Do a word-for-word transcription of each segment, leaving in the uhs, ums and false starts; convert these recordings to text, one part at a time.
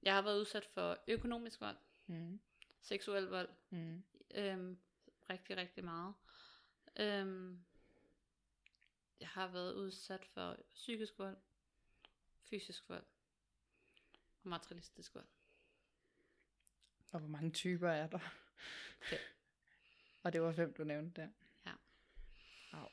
Jeg har været udsat for økonomisk vold, Mm. seksuel vold, Mm. øhm, rigtig, rigtig meget. Øhm, jeg har været udsat for psykisk vold, fysisk vold og materialistisk vold. Og hvor mange typer er der? Fem. Og det var fem, du nævnte der. Ja. Au.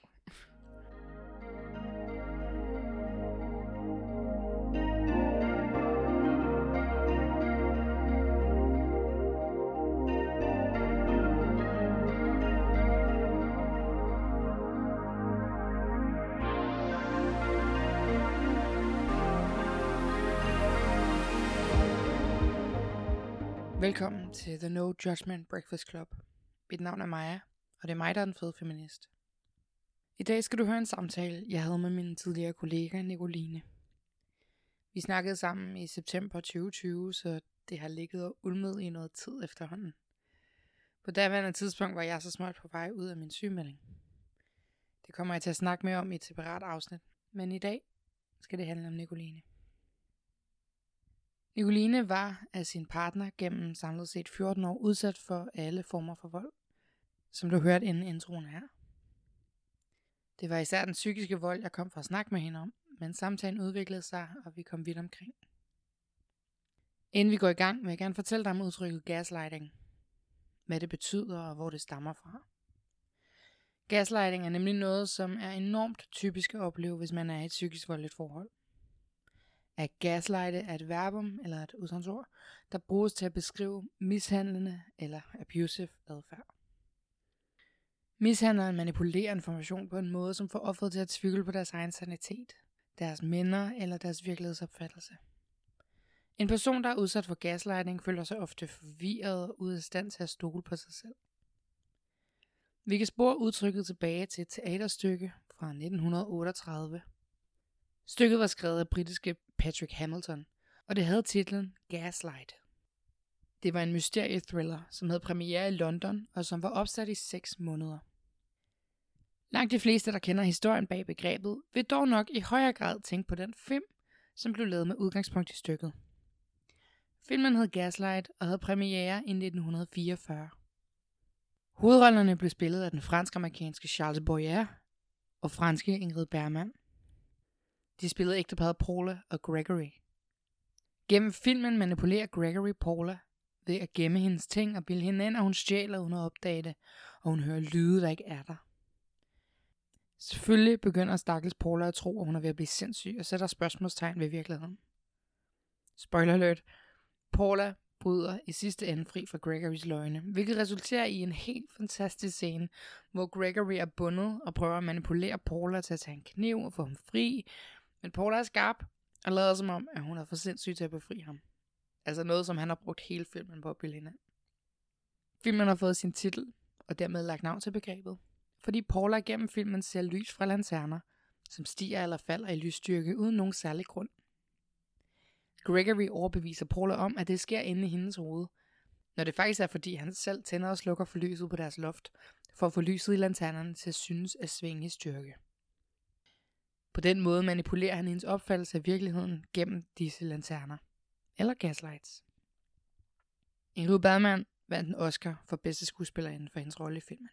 Velkommen til The No Judgment Breakfast Club. Mit navn er Maja, og det er mig, der er den fede feminist. I dag skal du høre en samtale, jeg havde med min tidligere kollega Nicoline. Vi snakkede sammen i september tyve tyve, så det har ligget og ulmet i noget tid efterhånden. På daværende tidspunkt var jeg så småt på vej ud af min sygemelding. Det kommer jeg til at snakke mere om i et separat afsnit, men i dag skal det handle om Nicoline. Nicoline var af sin partner gennem samlet set fjorten år udsat for alle former for vold, som du hørte inden introen her. Det var især den psykiske vold, jeg kom for at snakke med hende om, men samtalen udviklede sig, og vi kom vidt omkring. Inden vi går i gang, vil jeg gerne fortælle dig om udtrykket gaslighting. Hvad det betyder og hvor det stammer fra. Gaslighting er nemlig noget, som er enormt typisk at opleve, hvis man er i et psykisk voldeligt forhold. At gaslighte er et verbum eller et udtryksord, der bruges til at beskrive mishandlende eller abusive adfærd. Mishandleren manipulerer information på en måde, som får offeret til at tvivle på deres egen sanitet, deres minder eller deres virkelighedsopfattelse. En person, der er udsat for gaslighting, føler sig ofte forvirret og ude af stand til at stole på sig selv. Vi kan spore udtrykket tilbage til et teaterstykke fra nitten otteogtredive. Stykket var skrevet af britiske Patrick Hamilton, og det havde titlen Gaslight. Det var en mysteriethriller, som havde premiere i London, og som var opsat i seks måneder. Langt de fleste, der kender historien bag begrebet, vil dog nok i højere grad tænke på den film, som blev lavet med udgangspunkt i stykket. Filmen hed Gaslight og havde premiere i nitten fireogfyrre. Hovedrollerne blev spillet af den fransk-amerikanske Charles Boyer og franske Ingrid Bergman. De spillede ægteparret Paula og Gregory. Gennem filmen manipulerer Gregory Paula ved at gemme hendes ting og bilde hende ind, at hun stjæler uden at opdage det, og hun hører lyde, der ikke er der. Selvfølgelig begynder stakkels Paula at tro, at hun er ved at blive sindssyg og sætter spørgsmålstegn ved virkeligheden. Spoiler alert. Paula bryder i sidste ende fri fra Gregorys løgne, hvilket resulterer i en helt fantastisk scene, hvor Gregory er bundet og prøver at manipulere Paula til at tage en kniv og få ham fri, men Paula er skarp og lader som om, at hun er for sindssyg til at befri ham. Altså noget, som han har brugt hele filmen på at bilde hende. Filmen har fået sin titel og dermed lagt navn til begrebet, fordi Paula gennem filmen ser lys fra lanterner, som stiger eller falder i lysstyrke uden nogen særlig grund. Gregory overbeviser Paula om, at det sker inde i hendes hoved, når det faktisk er, fordi han selv tænder og slukker for lyset på deres loft, for at få lyset i lanternerne til at synes at svinge i styrke. På den måde manipulerer han hendes opfattelse af virkeligheden gennem disse lanterner, eller gaslights. Ingrid Bergman vandt en Oscar for bedste skuespillerinde for hendes rolle i filmen.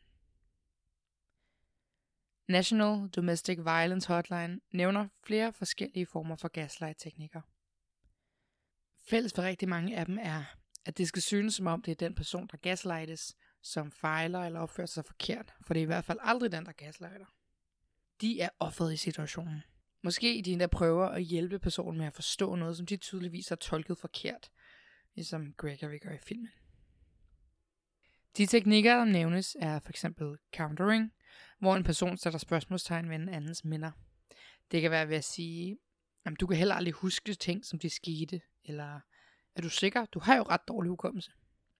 National Domestic Violence Hotline nævner flere forskellige former for gaslight-teknikker. Fælles for rigtig mange af dem er, at det skal synes som om det er den person, der gaslightes, som fejler eller opfører sig forkert, for det er i hvert fald aldrig den, der gaslighter. De er offeret i situationen. Måske de endda prøver at hjælpe personen med at forstå noget, som de tydeligvis har tolket forkert, ligesom Gregory gør i filmen. De teknikker, der nævnes, er for eksempel countering, hvor en person sætter spørgsmålstegn ved en andens minder. Det kan være ved at sige, at du kan heller aldrig huske ting, som de skete, eller er du sikker? Du har jo ret dårlig hukommelse.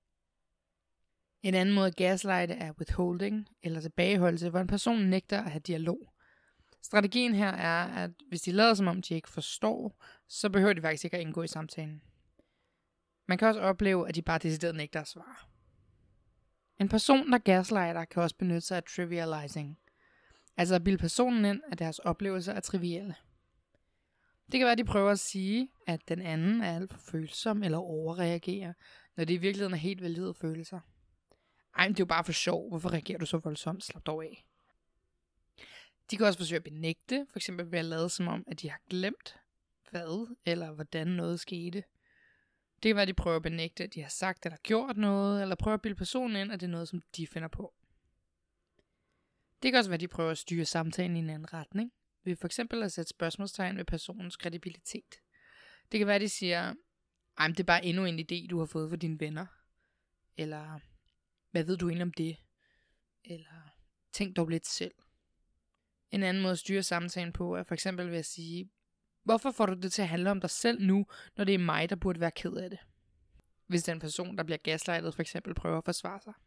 En anden måde at gaslighte er withholding, eller tilbageholdelse, hvor en person nægter at have dialog. Strategien her er, at hvis de lader som om de ikke forstår, så behøver de faktisk ikke at indgå i samtalen. Man kan også opleve, at de bare decideret nægter at svare. En person, der gaslighter, kan også benytte sig af trivializing, altså at bilde personen ind, at deres oplevelser er trivielle. Det kan være, at de prøver at sige, at den anden er alt for følsom eller overreagerer, når det i virkeligheden er helt valide følelser. Ej, men det er jo bare for sjov. Hvorfor reagerer du så voldsomt? Slap dog af. De kan også forsøge at benægte, for eksempel ved at lade som om, at de har glemt, hvad eller hvordan noget skete. Det kan være, at de prøver at benægte, at de har sagt eller gjort noget, eller prøver at bilde personen ind, at det er noget, som de finder på. Det kan også være, at de prøver at styre samtalen i en anden retning, ved for eksempel at sætte spørgsmålstegn ved personens kredibilitet. Det kan være, at de siger, ej, men det er bare endnu en idé, du har fået for dine venner. Eller, hvad ved du egentlig om det? Eller, tænk dog lidt selv. En anden måde at styre samtalen på er for eksempel ved at sige, hvorfor får du det til at handle om dig selv nu, når det er mig, der burde være ked af det? Hvis den person, der bliver gaslightet, for eksempel prøver at forsvare sig.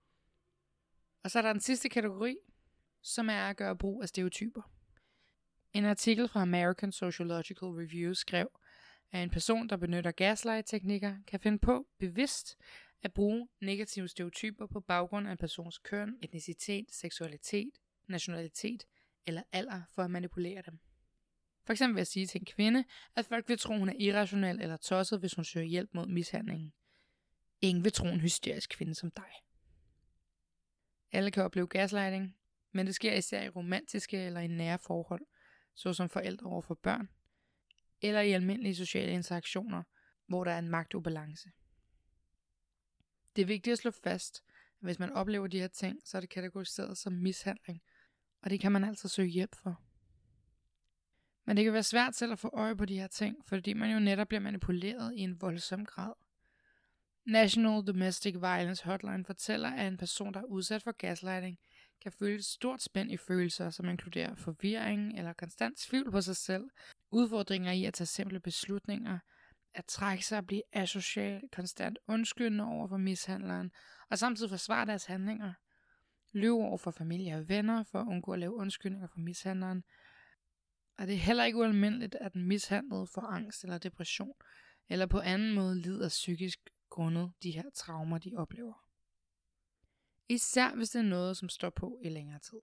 Og så er der den sidste kategori, som er at gøre brug af stereotyper. En artikel fra American Sociological Review skrev, at en person, der benytter gaslight-teknikker, kan finde på bevidst at bruge negative stereotyper på baggrund af en persons køn, etnicitet, seksualitet, nationalitet eller alder for at manipulere dem. For eksempel vil jeg sige til en kvinde, at folk vil tro, hun er irrationel eller tosset, hvis hun søger hjælp mod mishandlingen. Ingen vil tro en hysterisk kvinde som dig. Alle kan opleve gaslighting, men det sker især i romantiske eller i nære forhold, såsom forældre over for børn, eller i almindelige sociale interaktioner, hvor der er en magtubalance. Det er vigtigt at slå fast, at hvis man oplever de her ting, så er det kategoriseret som mishandling, og det kan man altså søge hjælp for. Men det kan være svært selv at få øje på de her ting, fordi man jo netop bliver manipuleret i en voldsom grad. National Domestic Violence Hotline fortæller, at en person, der er udsat for gaslighting, kan føle et stort spænd i følelser, som inkluderer forvirring eller konstant tvivl på sig selv, udfordringer i at tage simple beslutninger, at trække sig og blive asocial, konstant undskyldende over for mishandleren, og samtidig forsvare deres handlinger, lyve over for familie og venner for at undgå at lave undskyldninger for mishandleren. Og det er heller ikke ualmindeligt, at den mishandlede får angst eller depression, eller på anden måde lider psykisk grundet de her traumer, de oplever. Især hvis det er noget, som står på i længere tid.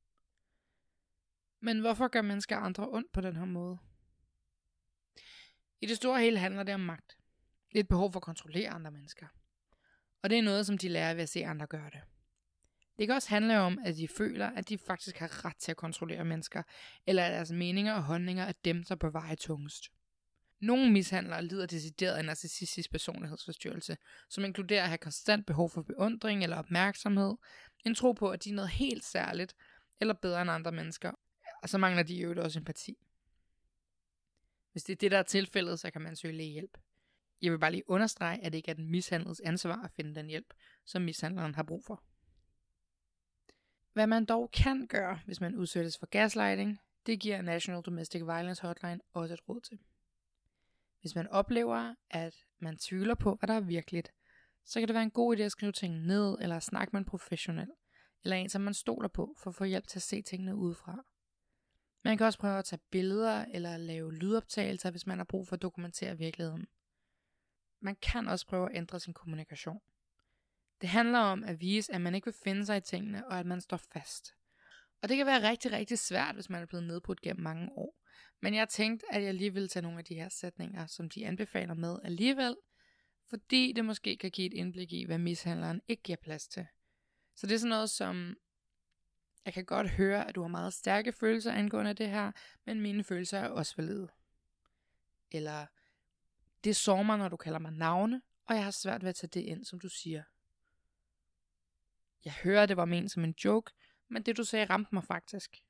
Men hvorfor gør mennesker andre ondt på den her måde? I det store hele handler det om magt. Det er et behov for at kontrollere andre mennesker. Og det er noget, som de lærer ved at se andre gøre det. Det kan også handle om, at de føler, at de faktisk har ret til at kontrollere mennesker, eller at deres meninger og holdninger er dem, der bør veje tungest. Nogle mishandlere lider decideret af narcissistisk personlighedsforstyrrelse, som inkluderer at have konstant behov for beundring eller opmærksomhed, en tro på, at de er noget helt særligt, eller bedre end andre mennesker, og så mangler de jo også empati. Hvis det er det, der er tilfældet, så kan man søge lægehjælp. Jeg vil bare lige understrege, at det ikke er den mishandledes ansvar at finde den hjælp, som mishandleren har brug for. Hvad man dog kan gøre, hvis man udsættes for gaslighting, det giver National Domestic Violence Hotline også et råd til. Hvis man oplever, at man tvivler på, hvad der er virkeligt, så kan det være en god idé at skrive ting ned, eller snakke med en professionel, eller en, som man stoler på, for at få hjælp til at se tingene udefra. Man kan også prøve at tage billeder, eller lave lydoptagelser, hvis man har brug for at dokumentere virkeligheden. Man kan også prøve at ændre sin kommunikation. Det handler om at vise, at man ikke vil finde sig i tingene, og at man står fast. Og det kan være rigtig, rigtig svært, hvis man er blevet nedbrudt gennem mange år. Men jeg tænkte, at jeg lige ville tage nogle af de her sætninger, som de anbefaler med alligevel, fordi det måske kan give et indblik i, hvad mishandleren ikke giver plads til. Så det er sådan noget som, jeg kan godt høre, at du har meget stærke følelser angående det her, men mine følelser er også valide. Eller, det sårer mig, når du kalder mig navne, og jeg har svært ved at tage det ind, som du siger. Jeg hører, det var ment som en joke, men det du sagde ramte mig faktisk.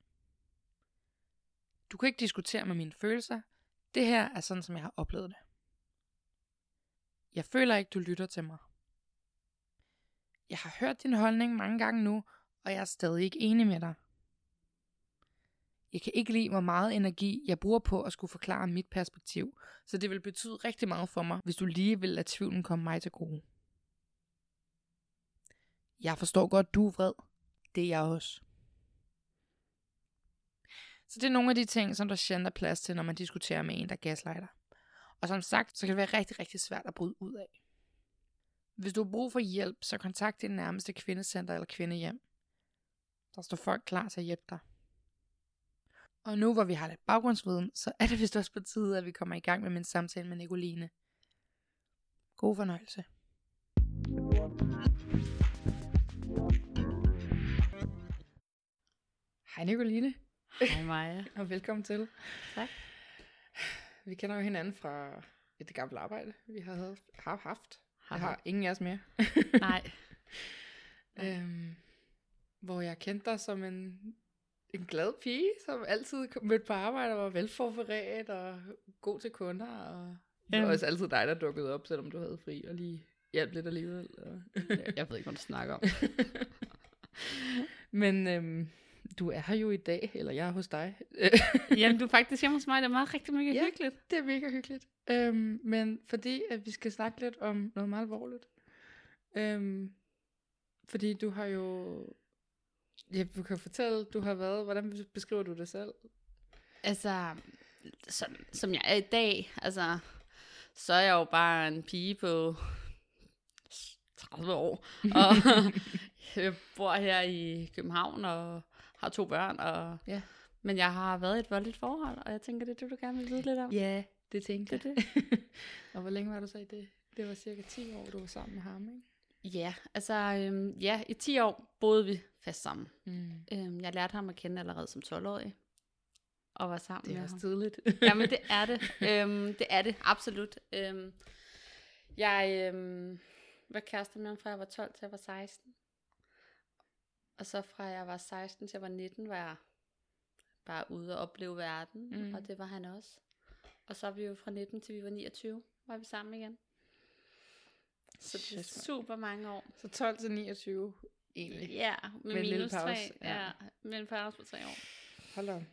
Du kan ikke diskutere med mine følelser. Det her er sådan, som jeg har oplevet det. Jeg føler ikke, du lytter til mig. Jeg har hørt din holdning mange gange nu, og jeg er stadig ikke enig med dig. Jeg kan ikke lide, hvor meget energi jeg bruger på at skulle forklare mit perspektiv, så det vil betyde rigtig meget for mig, hvis du lige vil lade tvivlen komme mig til gode. Jeg forstår godt, du er vred. Det er jeg også. Så det er nogle af de ting, som der sjældent er plads til, når man diskuterer med en, der gaslighter. Og som sagt, så kan det være rigtig, rigtig svært at bryde ud af. Hvis du har brug for hjælp, så kontakt din nærmeste kvindecenter eller kvindehjem. Der står folk klar til at hjælpe dig. Og nu hvor vi har lidt baggrundsviden, så er det vist også på tide, at vi kommer i gang med min samtale med Nicoline. God fornøjelse. Hej Nicoline. Hej Maja. Og velkommen til. Tak. Vi kender jo hinanden fra et gammelt arbejde, vi har havde, har haft. Har Jeg har ingen af os mere. Nej. øhm, hvor jeg kendte dig som en, en glad pige, som altid mødte på arbejde og var velforberedt og god til kunder. Og det var Øhm. også altid dig, der dukkede op, selvom du havde fri og lige hjalp lidt alligevel. Og Jeg ved ikke, hvad du snakker om. Men øhm, du er her jo i dag, eller jeg er hos dig. Jamen, du er faktisk hjemme hos mig. Det er meget rigtig mega Ja. hyggeligt. Det er mega hyggeligt. Øhm, men fordi at vi skal snakke lidt om noget meget alvorligt. Øhm, fordi du har jo... Ja, du kan fortælle, du har været... Hvordan beskriver du det selv? Altså, som, som jeg er i dag, altså, så er jeg jo bare en pige på tredive år. Og jeg bor her i København og har to børn. Og, Ja. Men jeg har været i et voldeligt forhold, og jeg tænker, det er det, du gerne vil vide lidt om. Ja, det tænkte Det er jeg. Og hvor længe var du så i det? Det var cirka ti år, du var sammen med ham, ikke? Ja, altså, øhm, ja, i ti år boede vi fast sammen. Mm. Øhm, jeg lærte ham at kende allerede som tolv-årig, og var sammen Det er med også ham. tidligt. Jamen, det er det. øhm, det er det, absolut. Øhm, jeg øhm, var kærester med ham, fra jeg var tolv til jeg var seksten. Og så fra jeg var seksten til jeg var nitten, var jeg bare ude og opleve verden, Mm. mm. og det var han også. Og så er vi jo fra nitten til vi var niogtyve, var vi sammen igen. Så det er Shit, mand. super mange år. Så tolv til niogtyve egentlig. Ja, med, Med en lille minus pause, tre. ja. Ja, med en pause på tre år. Hold da.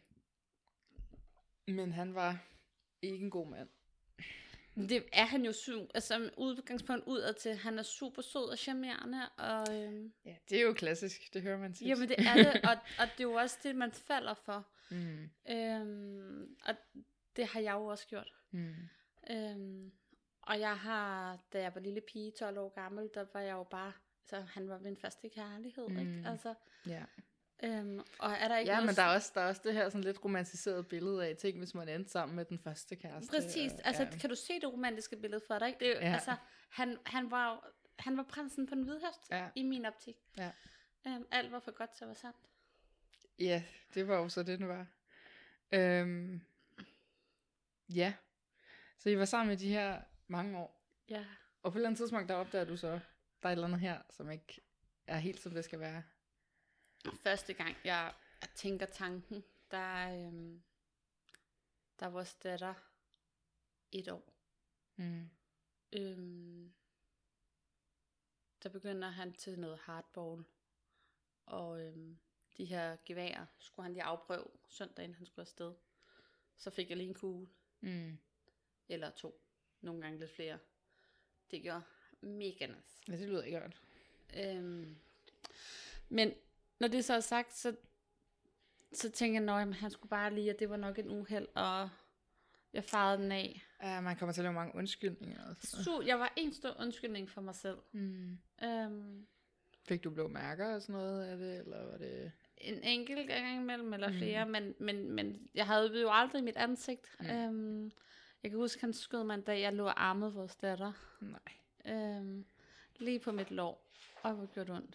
Men han var ikke en god mand. Det er han jo super, altså med udgangspunkt udad til, han er super sød og charmerende, og øhm, Ja, det er jo klassisk. Det hører man tit. jamen det er det, og, og det er jo også det, man falder for, Mm. øhm, og det har jeg jo også gjort. Mm. Øhm, og jeg har, da jeg var lille pige, tolv år gammel, der var jeg jo bare, så han var min første kærlighed, Mm. ikke? Altså, Ja. øhm, og er der ikke Ja, noget men der er, også, der er også det her sådan lidt romantiseret billede af ting, hvis man endte sammen med den første kæreste. Præcis, og, altså ja. kan du se det romantiske billede for dig, ikke? Det er, jo- Ja. altså, han, han var jo, han var prinsen på en hvid hest, Ja. i min optik. Ja. Øhm, alt var for godt til at være sandt. Ja, det var jo så det, den var. Øhm, ja. Så I var sammen i de her mange år. Ja. Og på et eller andet tidspunkt, der opdager du så, der er et eller andet her, som ikke er helt, som det skal være. Første gang, jeg, jeg tænker tanken, der, øhm, der var vores datter et år. Mm. Øhm, der begynder han til noget hardball. Og øhm, de her geværer skulle han lige afprøve søndag, inden han skulle afsted. Så fik jeg lige en kugle. Mm. Eller to. Nogle gange lidt flere. Det gjorde mega nice. Ja, det lyder ikke godt. Øhm, men når det så er sagt, så, så tænker jeg, at han skulle bare lige, at det var nok en uheld, og jeg farede den af. Ja, man kommer til at lave mange undskyldninger. Og sådan noget. Så jeg var en stor undskyldning for mig selv. Mm. Øhm, Fik du blå mærker og sådan noget af det, eller var det... en enkelt gang imellem, eller Mm. flere, men, men, men jeg havde jo aldrig mit ansigt. Mm. Øhm, jeg kan huske, han skød mig en dag, jeg lå og armede vores datter. Nej. Øhm, lige på mit lår, og hvor gjorde det ondt.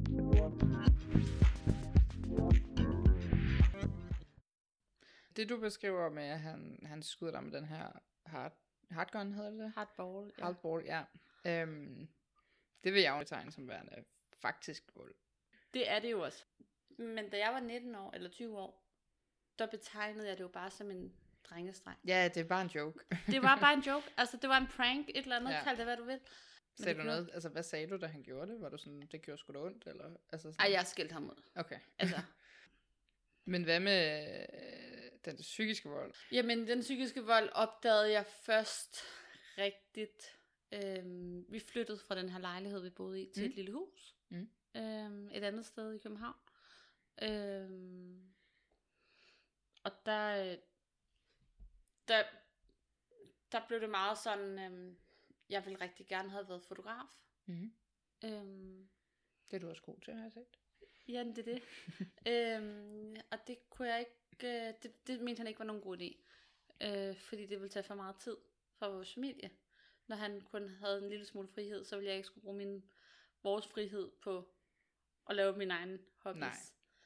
Det du beskriver med, at han, han skyder dig med den her hard, hardgun, hedder det det? Hardball, ja. Hardball, ja. Øhm, det vil jeg jo betegne som værende faktisk vold. Det er det jo også. Men da jeg var nitten år, eller tyve år, der betegnede jeg det jo bare som en drengestreng. Ja, det er bare en joke. Det var bare en joke. Altså, det var en prank, et eller andet. Ja. Ja. Kald det, hvad du vil. Men Sagde det du gjorde- noget, altså hvad sagde du, da han gjorde det? Var du sådan, det gjorde sgu da ondt, eller? Altså sådan... Ej, jeg skilte ham ud. Okay. Altså, Men hvad med øh, den psykiske vold? jamen, den psykiske vold opdagede jeg først rigtigt. Øhm, vi flyttede fra den her lejlighed, vi boede i, til Mm. et lille hus. Mm. Øhm, et andet sted i København. Øhm, og der, der, der blev det meget sådan, øhm, jeg ville rigtig gerne have været fotograf. Mm. Øhm, Det er du også god til, har jeg set. ja, det er det. øhm, og det kunne jeg ikke øh, det, det mente han ikke var nogen god idé. Øh, fordi det ville tage for meget tid fra vores familie. Når han kun havde en lille smule frihed, så ville jeg ikke skulle bruge min, vores frihed på at lave min egen hobbies. Nej.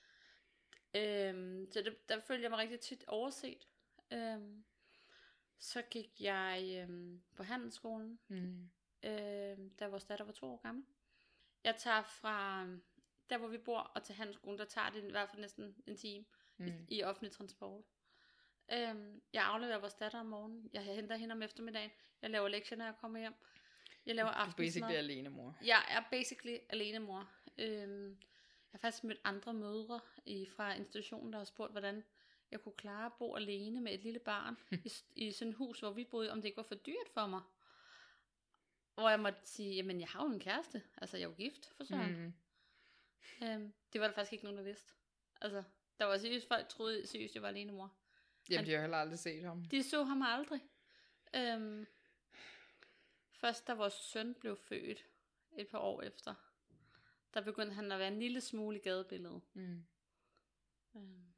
Øhm, så det, der følte jeg mig rigtig tit overset. Øhm, så gik jeg øhm, på handelsskolen, Mm. øhm, da vores datter var to år gammel. Jeg tager fra der, hvor vi bor, og til handelsskolen, der tager det i hvert fald næsten en time mm. i, i offentlig transport. Øhm, jeg afleverer vores datter om morgenen. Jeg henter hende om eftermiddagen. Jeg laver lektier, når jeg kommer hjem. Jeg laver aftensmad. Du er basically alene mor. Jeg er basically alene mor. Øhm, jeg har faktisk mødt andre mødre i, fra institutionen, der har spurgt, hvordan jeg kunne klare at bo alene med et lille barn i, i sådan et hus, hvor vi boede, om det ikke var for dyrt for mig. Hvor jeg måtte sige, jamen jeg har jo en kæreste. Altså jeg er jo gift for sådan. Mm. Øhm, det var der faktisk ikke nogen, der vidste. Altså, der var seriøst, folk troede seriøst, jeg var alene mor. Jamen, de har heller aldrig set ham. De så ham aldrig. Øhm, først da vores søn blev født, et par år efter, der begyndte han at være en lille smule i gadebilledet. Mm. Øhm.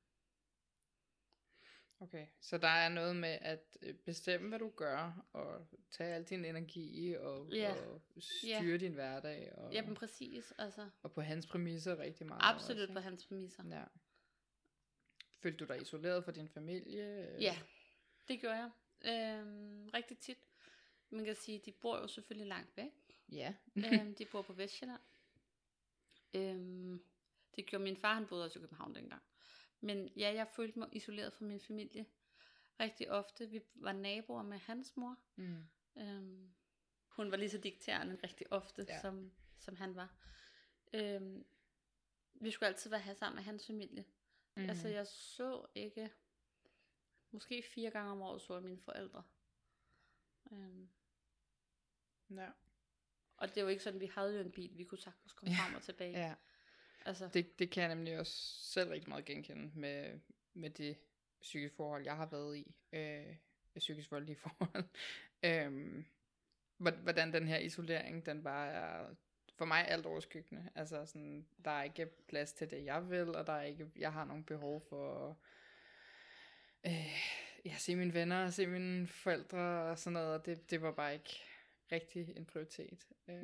Okay, så der er noget med at bestemme, hvad du gør, og tage al din energi, og, ja. og styre ja. din hverdag. Og, ja, men præcis. Altså. Og på hans præmisser rigtig meget. Absolut også, på hans præmisser. Ja. Følte du dig isoleret fra din familie? Ja, det gjorde jeg. Øhm, rigtig tit. Man kan sige, de bor jo selvfølgelig langt væk. Ja. øhm, de bor på Vestjylland. Øhm, det gjorde min far, han boede også i København dengang. Men ja, jeg følte mig isoleret fra min familie rigtig ofte. Vi var naboer med hans mor. Mm. Øhm, hun var lige så dikterende rigtig ofte, ja. som, som han var. Øhm, vi skulle altid være her sammen med hans familie. Mm. Altså jeg så ikke, måske fire gange om året så jeg mine forældre. Øhm. Ja. Og det var ikke sådan, vi havde jo en bil, vi kunne sagtens komme frem og tilbage. Ja. Altså. Det, det kan jeg nemlig også selv rigtig meget genkende med, med det psykiske forhold, jeg har været i. Øh, psykisk voldelige forhold. øh, hvordan den her isolering, den bare er for mig alt overskyggende. Altså sådan, der er ikke plads til det, jeg vil, og der er ikke, jeg har nogle behov for øh, ja, se mine venner, se mine forældre og sådan noget, og det, det var bare ikke rigtig en prioritet. Øh,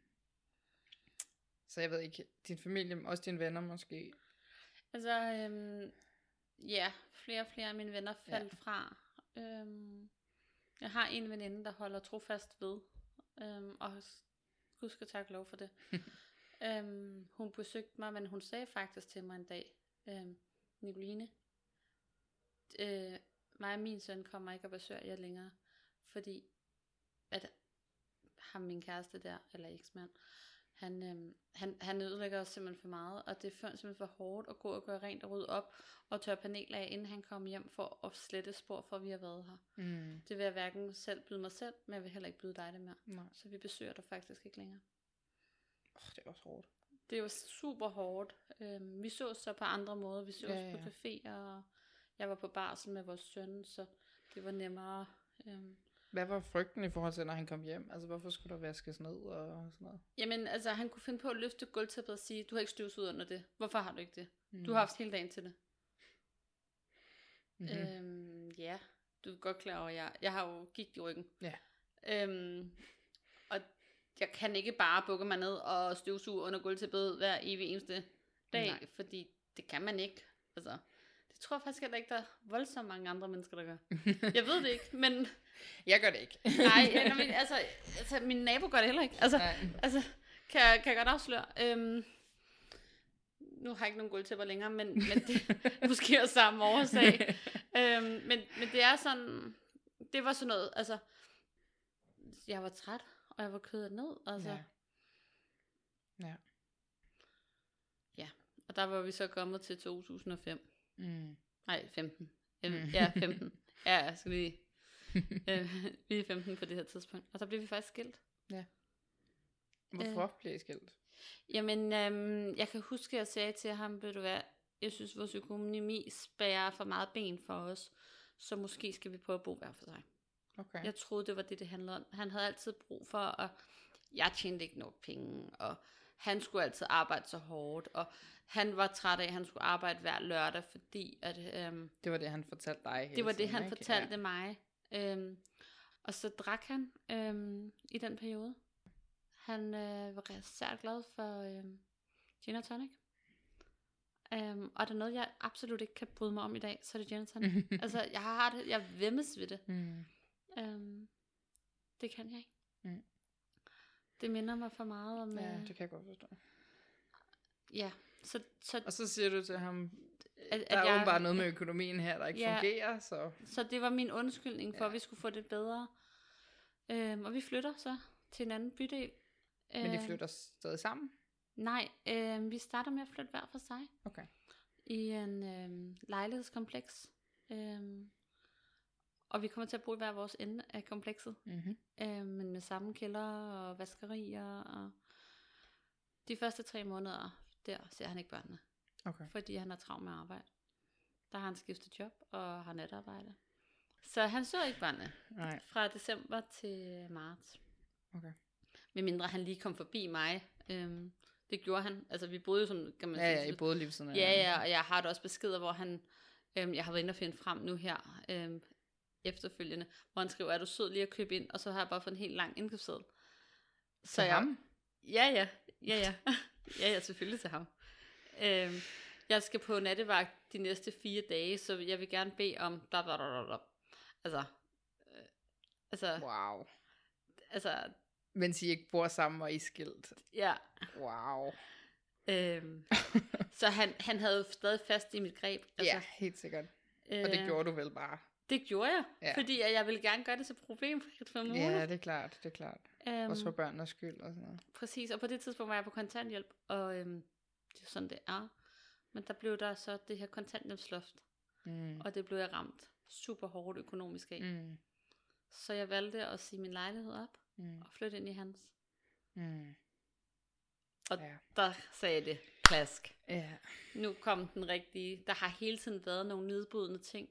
Så jeg ved ikke, din familie, også dine venner måske? Altså, øhm, ja, flere og flere af mine venner faldt ja. fra. Øhm, jeg har en veninde, der holder trofast ved, øhm, og Gud skal takke lov for det. øhm, hun besøgte mig, men hun sagde faktisk til mig en dag, øhm, Nicoline, øh, mig og min søn kommer ikke at besøge jer længere, fordi at ham, min kæreste der, eller eksmand, Han, øhm, han, han ødelægger os simpelthen for meget, og det er simpelthen for hårdt at gå og gøre rent og rydde op, og tørre paneler af, inden han kommer hjem for at slette spor for, at vi har været her. Mm. Det vil jeg hverken selv byde mig selv, men jeg vil heller ikke byde dig det mere. Nej. Så vi besøger dig faktisk ikke længere. Oh, det er også hårdt. Det er jo super hårdt. Øhm, vi så så på andre måder. Vi så ja, ja. på caféer, og jeg var på barsel med vores søn, så det var nemmere. Øhm, Hvad var frygten i forhold til, når han kom hjem? Altså, hvorfor skulle der vaskes ned og sådan noget? Jamen, altså, han kunne finde på at løfte gulvtæppet og sige, du har ikke støvsuget under det. Hvorfor har du ikke det? Mm. Du har haft hele dagen til det. Mm-hmm. Øhm, ja, du er godt klar over, jeg, jeg har jo gigt i ryggen. Ja. Øhm, og jeg kan ikke bare bukke mig ned og støvsuge under gulvtæppet hver evig eneste dag, Nej. fordi det kan man ikke. Altså, det tror jeg faktisk heller ikke, der er voldsomt mange andre mennesker, der gør. Jeg ved det ikke, men... Jeg gør det ikke. Nej, jeg, men, altså, altså, min nabo gør det heller ikke. Altså, altså kan, jeg, kan jeg godt afsløre. Øhm, nu har jeg ikke nogen gulvtæpper længere, men, men det er måske også samme årsag. øhm, men, men det er sådan, det var sådan noget, altså, jeg var træt, og jeg var kødet ned, altså. Ja. Ja. Ja, og der var vi så kommet til to tusind og fem. Mm. Nej, femten. Mm. Ja, femten. Ja, jeg skal lige... øh, vi er femten på det her tidspunkt. Og så blev vi faktisk skilt. Ja. Hvorfor øh, blev I skilt? Jamen, øhm, jeg kan huske, at jeg sagde til ham, ved du hvad, jeg synes, vores økonomi spærer for meget ben for os, så måske skal vi prøve at bo hver for sig. Okay. Jeg troede, det var det, det handlede om. Han havde altid brug for, at jeg tjente ikke nok penge, og han skulle altid arbejde så hårdt, og han var træt af, at han skulle arbejde hver lørdag, fordi at... Øhm, det var det, han fortalte dig hele Det var det, tiden, han ikke? fortalte Ja. mig. Øhm, og så drak han øhm, i den periode. Han øh, var særligt glad for øhm, gin og tonic. Øhm, og der er noget, jeg absolut ikke kan bryde mig om i dag, så er det gin og tonic. Altså, jeg har det, jeg vemmes ved det. Mm. Øhm, det kan jeg ikke. Mm. Det minder mig for meget om... Ja, øh, det kan jeg godt forstå. Ja, så... så Og så siger du til ham, at, der at er jeg, åbenbart noget med økonomien her, der ikke Ja. fungerer, så... Så det var min undskyldning for, Ja. at vi skulle få det bedre. Øhm, og vi flytter så til en anden bydel. Men de Øhm, flytter stadig sammen? Nej, øh, vi starter med at flytte hver for sig. Okay. I en øh, lejlighedskompleks. Øh, og vi kommer til at bo i hver vores ende af komplekset. Mm-hmm. Øh, men med samme kælder og vaskerier. Og de første tre måneder, der ser han ikke børnene. Okay. Fordi han har travlt med arbejde. Der har han skiftet job og har natarbejde. Så han så ikke børnene. Nej. Fra december til marts. Okay. Medmindre han lige kom forbi mig. Øhm, det gjorde han. Altså vi boede jo sådan, kan man Ja, sige. ja, I boede lige ved siden af. Ja, ja, og jeg har da også beskeder, hvor han, øhm, jeg har været inde og finde frem nu her, øhm, efterfølgende, hvor han skriver, er du sød lige at købe ind, og så har jeg bare fået en helt lang indkøbsseddel. Så Til jeg, ham? Ja, ja, ja, ja, ja, ja, selvfølgelig til ham. Øhm, jeg skal på nattevagt de næste fire dage, så jeg vil gerne bede om, bla, bla, bla, bla. Altså, øh, altså, Wow. altså, Mens I ikke bor sammen, og I er skilt. ja. Wow. Øhm, så han, han havde jo stadig fast i mit greb. Altså, Ja, helt sikkert. Og det øh, gjorde du vel bare. Det gjorde jeg, Ja. fordi at jeg ville gerne gøre det så problemfrit som muligt. Ja, det er klart, det er klart. Øhm, Også for børnenes skyld og sådan noget. Præcis, og på det tidspunkt var jeg på kontanthjælp, og øhm, det er sådan det er. Men der blev der så det her kontanthjælpsloft, Mm. og det blev jeg ramt super hårdt økonomisk af. Mm. Så jeg valgte at sige min lejlighed op, Mm. og flytte ind i hans. Mm. Og Ja. der sagde jeg det, klask. Ja. Nu kom den rigtige. Der har hele tiden været nogle nedbrydende ting.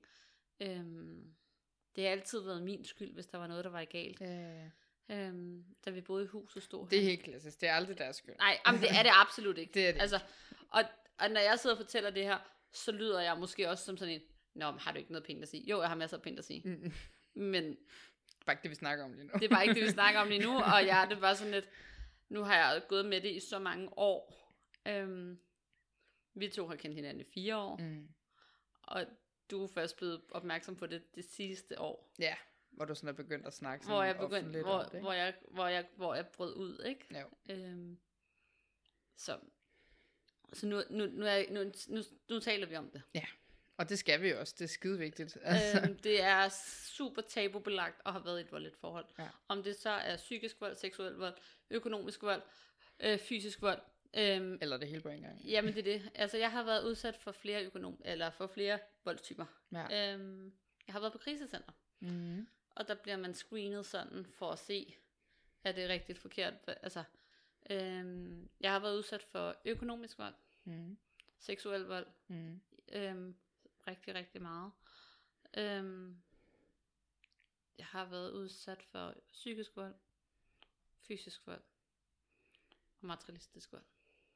Øhm, det har altid været min skyld, hvis der var noget, der var galt. Ja. Øhm, da vi boede i huset, stod Det er han. helt klassisk. Det er aldrig deres skyld. Nej, jamen, det er det absolut ikke. Det er det Altså, og, og når jeg sidder og fortæller det her, så lyder jeg måske også som sådan en, nå, men har du ikke noget pænt at sige? Jo, jeg har masser af pænt at sige. Mm. Men Bare ikke det, vi snakker om lige nu. det er bare ikke det, vi snakker om lige nu, og jeg det var sådan lidt, nu har jeg gået med det i så mange år. Øhm, vi to har kendt hinanden i fire år, Mm. og du er først blevet opmærksom på det det sidste år, Ja, hvor du sådan er begyndt at snakke sådan hvor jeg begyndte, offentligt hvor, om det, ikke? hvor jeg, hvor jeg, hvor jeg brød ud, ikke? Jo. Øhm, så så nu, nu, nu, er, nu, nu, nu taler vi om det. Og det skal vi jo også. Det er skide vigtigt. Altså. Øhm, det er super tabubelagt at have været i et voldeligt forhold. Ja. Om det så er psykisk vold, seksuel vold, økonomisk vold, øh, fysisk vold. Øhm, Eller det hele på en gang. jamen det er det. Altså jeg har været udsat for flere økonom eller for flere voldstyper. Ja. Øhm, jeg har været på krisecenter, Mm. og der bliver man screenet sådan for at se, er det rigtigt forkert. Altså, øhm, jeg har været udsat for økonomisk vold, Mm. seksuel vold, Mm. øhm, rigtig, rigtig meget. Øhm, jeg har været udsat for psykisk vold, fysisk vold og materialistisk vold.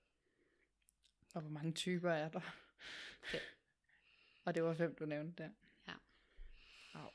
Og hvor mange typer er der? Fem. Og det var fem, du nævnte der. Ja. Au.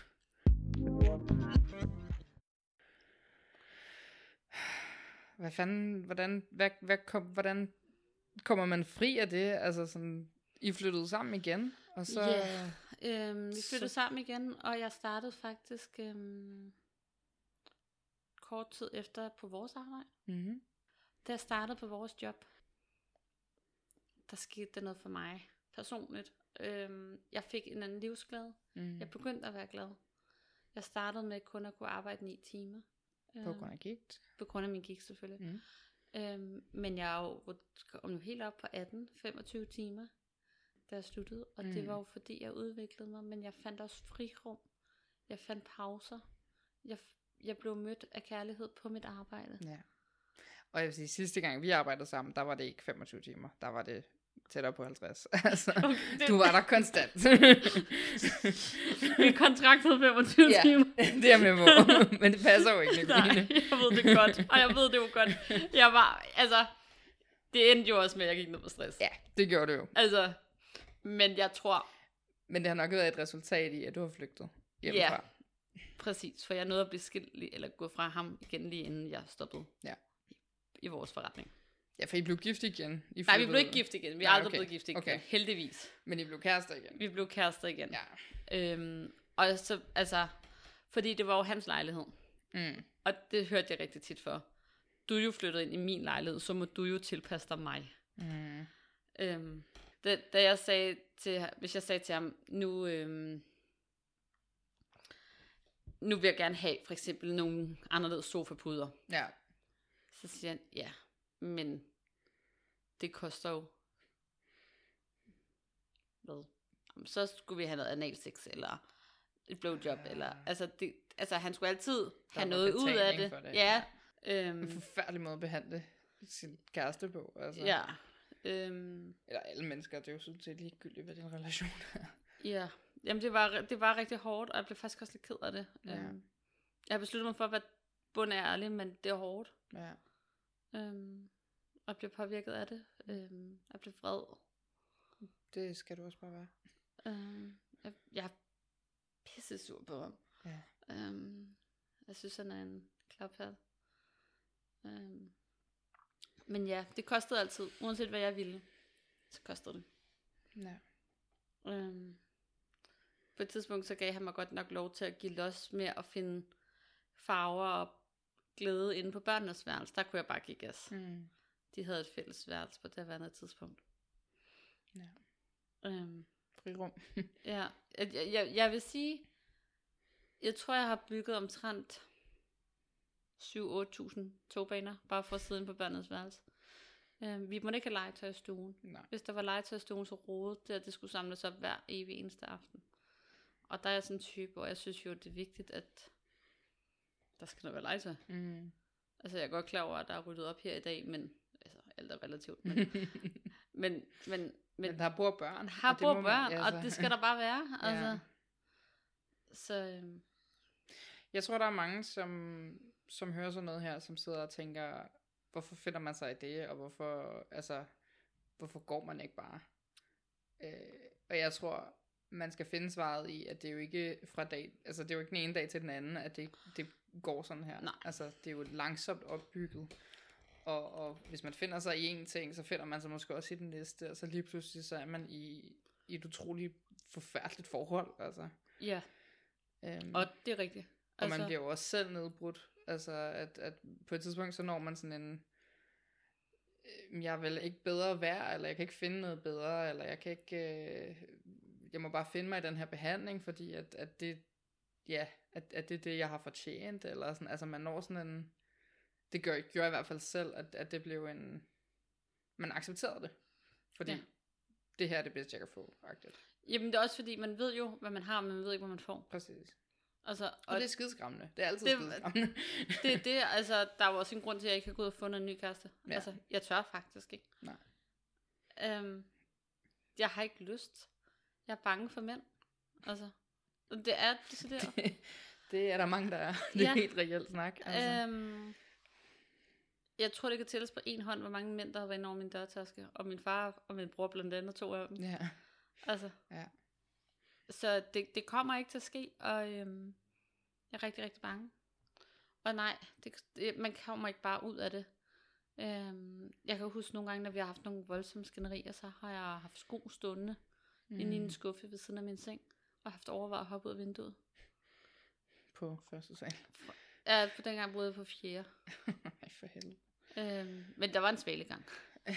Hvad fanden, hvordan, hvad, hvad kom, hvordan kommer man fri af det? Altså sådan, I flyttede sammen igen, og så... Ja. Øhm, vi flyttede Så- sammen igen, og jeg startede faktisk øhm, kort tid efter på vores arbejde. Mm-hmm. Da jeg startede på vores job, der skete der noget for mig personligt. Øhm, jeg fik en anden livsglæde. Mm. Jeg begyndte at være glad. Jeg startede med kun at kunne arbejde ni timer. På Øhm, grund af gigt. på grund af min gig selvfølgelig. Mm. Øhm, men jeg er jo kom nu helt op på atten til femogtyve timer, da jeg sluttede. Og mm. det Mm. var jo fordi, jeg udviklede mig, men jeg fandt også frirum. Jeg fandt pauser. Jeg, jeg blev mødt af kærlighed på mit arbejde. Ja. Og jeg vil sige, sidste gang vi arbejdede sammen, der var det ikke femogtyve timer. Der var det tættere på halvtreds. Altså, Okay, det- du var der konstant. Min kontrakt hed femogtyve Ja, timer. det er jeg med på. Men det passer jo ikke, Nej, Nicoline. jeg ved det godt. Og jeg ved det jo godt. Jeg var, altså, det endte jo også med, at jeg gik ned med stress. Ja, det gjorde det jo. Altså, men jeg tror... Men det har nok været et resultat i, at du har flygtet hjemmefra. Ja, præcis. For jeg nåede at blive skilt, eller gå fra ham igen, lige inden jeg stoppede ja. i, i vores forretning. Ja, for I blev gift igen? I Nej, vi blev ikke gift igen. Vi er Nej, aldrig okay. blevet gift igen, okay. heldigvis. Men I blev kærester igen? Vi blev kærester igen. Ja. Øhm, og så, altså, fordi det var jo hans lejlighed. Mm. Og det hørte jeg rigtig tit for. Du er jo flyttet ind i min lejlighed, så må du jo tilpasse dig mig. Mm. Øhm, da, da jeg sagde til, hvis jeg sagde til ham, nu, øhm, nu vil jeg gerne have for eksempel nogle anderledes sofapuder. Ja. Så siger han, ja, men det koster jo, hvad? Så skulle vi have noget analsex, eller et blowjob, ja. eller, altså, det, altså han skulle altid der have noget ud af det. det. Ja. Øhm, en forfærdelig måde at behandle sin kæreste på. Altså. Ja. Øhm, eller alle mennesker, det er jo sådan set ligegyldigt, hvad din relation er. Ja, jamen det var, det var rigtig hårdt, og jeg blev faktisk også lidt ked af det. Ja. Øhm, jeg har besluttet mig for at være bundærlig, men det er hårdt. Ja. Øhm, og jeg blev påvirket af det. Øhm, jeg blev vred. Det skal du også bare være. Øhm, jeg, jeg er pisse sur på ham. Ja. Øhm, jeg synes, han er en klaphat. Øhm, men ja, det kostede altid. Uanset hvad jeg ville, så kostede det. Ja. Øhm, på et tidspunkt så gav han mig godt nok lov til at give los med at finde farver og glæde inde på børnenes værelse. Der kunne jeg bare give gas. Mm. De havde et fælles værelse på det andet tidspunkt. Ja. Øhm, Frirum. ja, jeg, jeg, jeg vil sige, jeg tror jeg har bygget omtrent syv til otte tusind togbaner, bare for at sidde inde på børnenes værelse. Øhm, vi måtte ikke have legetøj i stuen. Nej. Hvis der var legetøj i stuen, så rodede det, at det skulle samles op hver evig eneste aften. Og der er jeg sådan en type, hvor jeg synes jo, det er vigtigt, at der skal noget være legetøj. Mm. Altså jeg er godt klar over, at der er ryddet op her i dag, men altså alt er relativt. Men, men, men, men, men der bor børn. Har bor børn, man, altså. Og det skal der bare være. Altså. Ja. Så øhm. Jeg tror, der er mange, som, som hører sådan noget her, som sidder og tænker, hvorfor finder man sig i det, og hvorfor, altså, hvorfor går man ikke bare? Øh, og jeg tror, man skal finde svaret i, at det er jo ikke fra dag, altså det er jo ikke den ene dag til den anden, at det, det går sådan her. Nej. Altså det er jo langsomt opbygget. Og, og hvis man finder sig i en ting, så finder man sig måske også i den næste, og så lige pludselig så er man i, i et utroligt forfærdeligt forhold. Altså. Ja, øhm, og det er rigtigt. Og altså, man bliver jo også selv nedbrudt. Altså at, at på et tidspunkt så når man sådan en, øh, jeg er vel ikke bedre værd, eller jeg kan ikke finde noget bedre, eller jeg kan ikke, øh, jeg må bare finde mig i den her behandling, fordi at, at det, ja, at, at det er det, jeg har fortjent, eller sådan, altså man når sådan en, det gør, gjorde i hvert fald selv, at, at det blev en, man accepterede det, fordi ja. Det her er det bedste, jeg kan få, faktisk. Jamen det er også fordi, man ved jo, hvad man har, men man ved ikke, hvad man får. Præcis. Altså, og, og det er skideskræmmende. Det er altid det, skideskræmmende. det er det, altså, der er jo også en grund til, at jeg ikke har gået og fundet en ny kæreste. Ja. Altså, jeg tør faktisk ikke. Nej. Øhm, jeg har ikke lyst. Jeg er bange for mænd. Altså, det er decideret. det, det er der mange, der er. Det er ja. Helt reelt snak. Altså. Øhm, jeg tror, det kan tælles på en hånd, hvor mange mænd, der har været over min dørtaske. Og min far og min bror blandt andet to af dem. Ja. Altså. Ja. Så det, det kommer ikke til at ske, og øhm, jeg er rigtig, rigtig bange. Og nej, det, det, man kommer ikke bare ud af det. Øhm, jeg kan huske nogle gange, når vi har haft nogle voldsomme skænderier, så har jeg haft sko stående mm. inde i en skuffe ved siden af min seng, og haft overvejet at hoppe ud af vinduet. På første sal? Ja, på dengang boede jeg på fjerde. Ej, for helvede. Øhm, men der var en svalegang. Ja.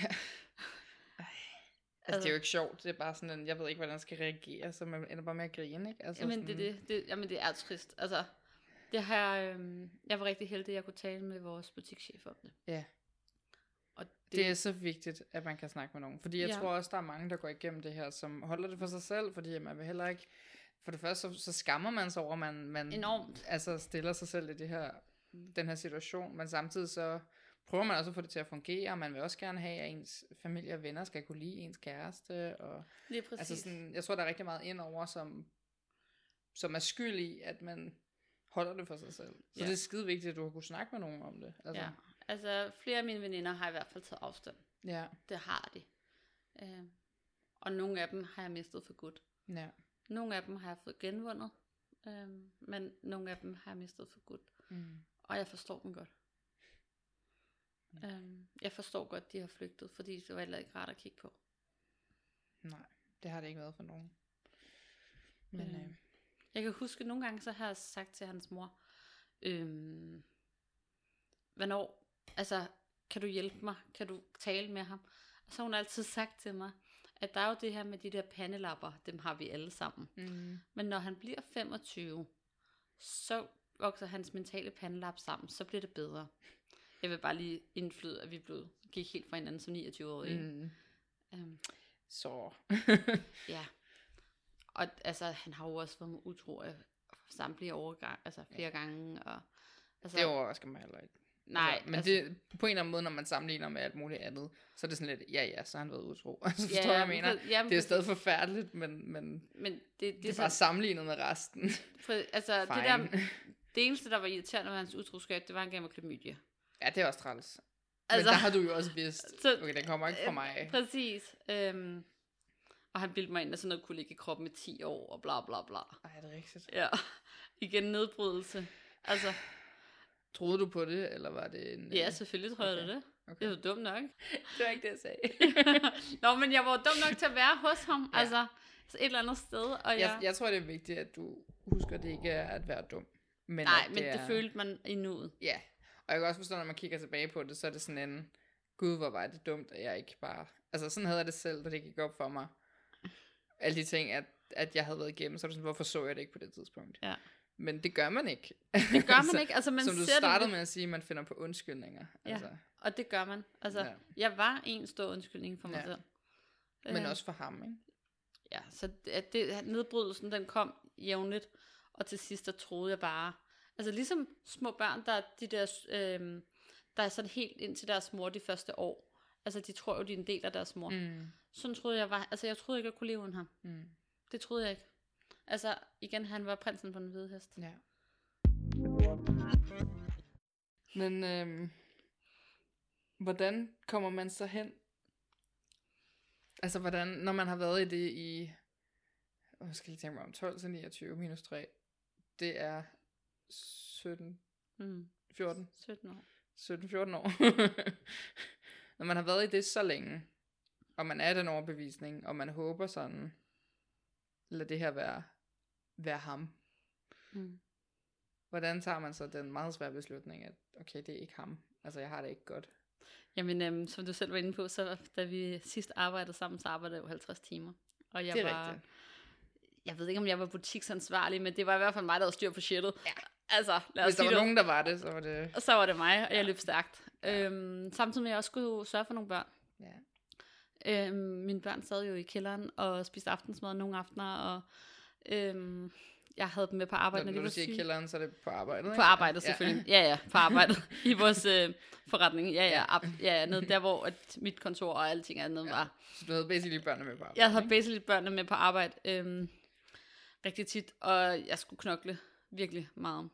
Altså, altså, det er jo ikke sjovt, det er bare sådan en, jeg ved ikke, hvordan jeg skal reagere, så man ender bare med at grine, ikke? Altså, jamen, sådan... det, det, det, jamen, det er trist. Altså, det har, øhm, jeg var rigtig heldig, at jeg kunne tale med vores butikschef om det. Ja. Og det, det er så vigtigt, at man kan snakke med nogen. Fordi jeg ja. tror også, der er mange, der går igennem det her, som holder det for sig selv, fordi man vil heller ikke, for det første, så, så skammer man sig over, at man, man enormt. Altså, stiller sig selv i det her, den her situation, men samtidig så prøver man også at få det til at fungere, og man vil også gerne have, at ens familie og venner skal kunne lide ens kæreste. Og, lige præcis. Altså sådan, jeg tror, der er rigtig meget indover, som, som er skyld i, at man holder det for sig selv. Så ja. Det er skide vigtigt, at du har kunnet snakke med nogen om det. Altså. Ja, Altså, flere af mine veninder har i hvert fald taget afstand. Ja. Det har de. Øh, og nogle af dem har jeg mistet for godt. Ja. Nogle af dem har jeg fået genvundet. Øh, men nogle af dem har jeg mistet for godt. Mm. Og jeg forstår dem godt. Mm. Øh, jeg forstår godt, de har flygtet, fordi det var heller ikke rart at kigge på. Nej, det har det ikke været for nogen. Men, Øh, øh, Jeg kan huske, nogle gange så har jeg sagt til hans mor, øhm, hvornår, altså, kan du hjælpe mig? Kan du tale med ham? Og så har hun altid sagt til mig, at der er jo det her med de der pandelapper, dem har vi alle sammen. mm. Men når han bliver femogtyve, så vokser hans mentale pandelap sammen, så bliver det bedre. Jeg vil bare lige indflyde, at vi blev, gik helt fra hinanden som niogtyve-årige. Mm. Øhm, Så. ja. Og altså, han har jo også været utro af samtlige overgang, altså flere ja. gange. Og, altså, Det overrasker mig heller ikke. Nej. Altså, men altså, det, på en eller anden måde, når man sammenligner med alt muligt andet, så er det sådan lidt, ja ja, så har han været utro. Altså, forstår ja, du, hvad jeg mener? for, jamen, Det er stadig forfærdeligt, men, men, men det, det, det er bare sammenlignet med resten. For, altså, det, der, det eneste, der var irriterende med hans utroskab, det var, at han gav mig klamydia. Ja, det er også træls. Altså, men der har du jo også vidst, så, okay, den kommer ikke fra mig. Præcis. Øhm, og han bildte mig ind, at sådan noget kunne ligge i kroppen i ti år, og bla bla bla. Ej, er det rigtigt? Ja, igen nedbrydelse. Altså, troede du på det, eller var det en... ja, selvfølgelig tror okay. jeg det det. Okay. Det var dumt nok. Det var ikke det, jeg sagde. Nå, men jeg var dum nok til at være hos ham, ja. Altså, et eller andet sted. Og jeg... Jeg, jeg tror, det er vigtigt, at du husker, at det ikke er at være dum. Men Nej, det men er... det følte man i nuet. Ja, og jeg kan også forstå, når man kigger tilbage på det, så er det sådan en, gud, hvor var det dumt, at jeg ikke bare... Altså, sådan havde jeg det selv, da det gik op for mig. Alle de ting, at, at jeg havde været igennem, så er det sådan, hvorfor så jeg det ikke på det tidspunkt? Ja. Men det gør man ikke. Det gør man ikke. Altså, man som du ser startede det... med at sige, man finder på undskyldninger. Ja, altså. og det gør man. Altså, ja. Jeg var en stor undskyldning for mig ja. selv. Men øh, også for ham, ikke? Ja, så det, det, nedbrydelsen, den kom jævnligt, og til sidst, der troede jeg bare... Altså, ligesom små børn, der er de der... Øh, der er sådan helt ind til deres mor de første år. Altså, de tror jo, de er en del af deres mor. Mm. Sådan troede jeg var... Altså, jeg troede ikke, jeg kunne leve uden ham. Mm. Det troede jeg ikke. Altså, igen, han var prinsen på den hvide hest. Ja. Men øhm, hvordan kommer man så hen? Altså, hvordan, når man har været i det i, jeg skal lige tænke mig om, tolv til niogtyve minus tre, det er sytten, mm. fjorten sytten år. sytten fjorten år. Når man har været i det så længe, og man er den overbevisning, og man håber sådan, lad det her være, være ham. Mm. Hvordan tager man så den meget svære beslutning, at okay, det er ikke ham. Altså, jeg har det ikke godt. Jamen, øhm, som du selv var inde på, så da vi sidst arbejdede sammen, så arbejdede jeg jo halvtreds timer. Og jeg det er var, rigtigt. Jeg ved ikke, om jeg var butiksansvarlig, men det var i hvert fald mig, der havde styr på shitet. Ja. Altså, lad os Hvis der var det. nogen, der var det, så var det... Og så var det mig, og ja. jeg løb stærkt. Ja. Øhm, samtidig med, at jeg også skulle sørge for nogle børn. Ja. Øhm, mine børn sad jo i kælderen og spiste aftensmad nogle aftener, og øhm, jeg havde dem med på arbejde, når, når de når var du siger syge. kælderen, så er det på arbejdet, ikke? På arbejdet, selvfølgelig. Ja, ja, ja på arbejdet. I vores øh, forretning. Ja, ja, ab- ja, ja, nede der, hvor at mit kontor og alting andet ja. var. Så du havde basically børnene med på arbejde? Jeg havde basically børnene med på arbejde øhm, rigtig tit, og jeg skulle knokle virkelig meget.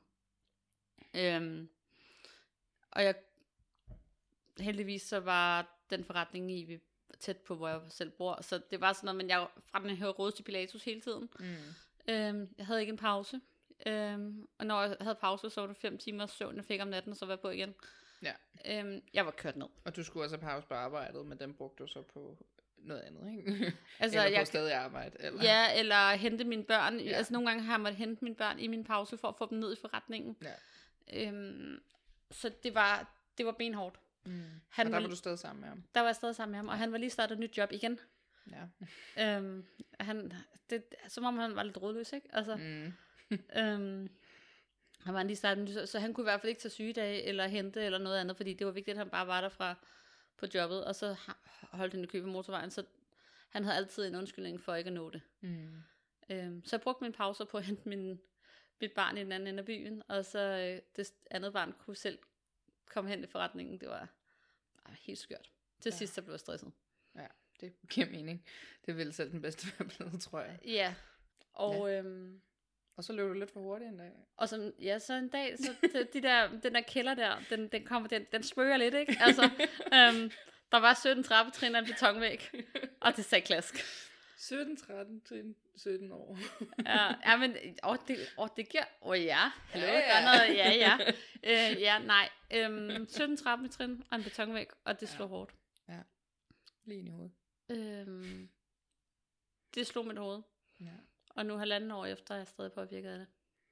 Øhm, og jeg heldigvis så var den forretning i vi tæt på, hvor jeg selv bor, så det var sådan noget, men jeg fra den her råd til Pilatus hele tiden. Mm. Øhm, jeg havde ikke en pause, øhm, og når jeg havde pause, så var det fem timer søvn, jeg fik om natten, og så var jeg på igen. Ja. Øhm, jeg var kørt ned. Og du skulle også have pause på arbejdet, men den brugte du så på noget andet, ikke? Altså, eller på jeg, stadig arbejde? Eller? Ja, eller hente mine børn. Ja. Altså nogle gange har jeg måttet hente mine børn i min pause, for at få dem ned i forretningen. Ja. Øhm, så det var, det var benhårdt. Mm. Han og der var, var du stadig sammen med ham? Der var jeg stadig sammen med ham, og han var lige startet et nyt job igen. Ja. Øhm, han, det, som om han var lidt rådløs, ikke? Altså, Mm. øhm, han var lige startet, så, så han kunne i hvert fald ikke tage sygedage, eller hente, eller noget andet, fordi det var vigtigt, at han bare var der fra, på jobbet, og så holdt han i kø på motorvejen, så han havde altid en undskyldning for ikke at nå det. Mm. Øhm, så jeg brugte mine pauser på at hente min, mit barn i den anden ende af byen, og så øh, det andet barn kunne selv komme hen i forretningen. Det var øh, helt skørt. Til Ja. sidst så blev jeg stresset. Ja, det giver mening. Det ville selv den bedste være blevet, tror jeg. Ja, og, ja. Øhm, Og så løb du lidt for hurtigt en dag. Og så, ja, så en dag, så de, de der, den der kælder der, den, den kommer, den, den spøger lidt, ikke? Altså, øhm, der var sytten trappetrin og en betonvæg, og det sagde klask. sytten, tretten til sytten år. ja, ja, men, åh, det, åh, det giver, åh ja, hallo, Ja, ja, ja. ja. Noget, ja, ja. Øh, ja, nej, øhm, sytten trappetrin og en betonvæg, og det slog ja. hårdt. Ja, lige ind i hovedet. Øhm, det slog mit hoved. Ja. Og nu halvanden år efter er jeg stadig påvirket af det.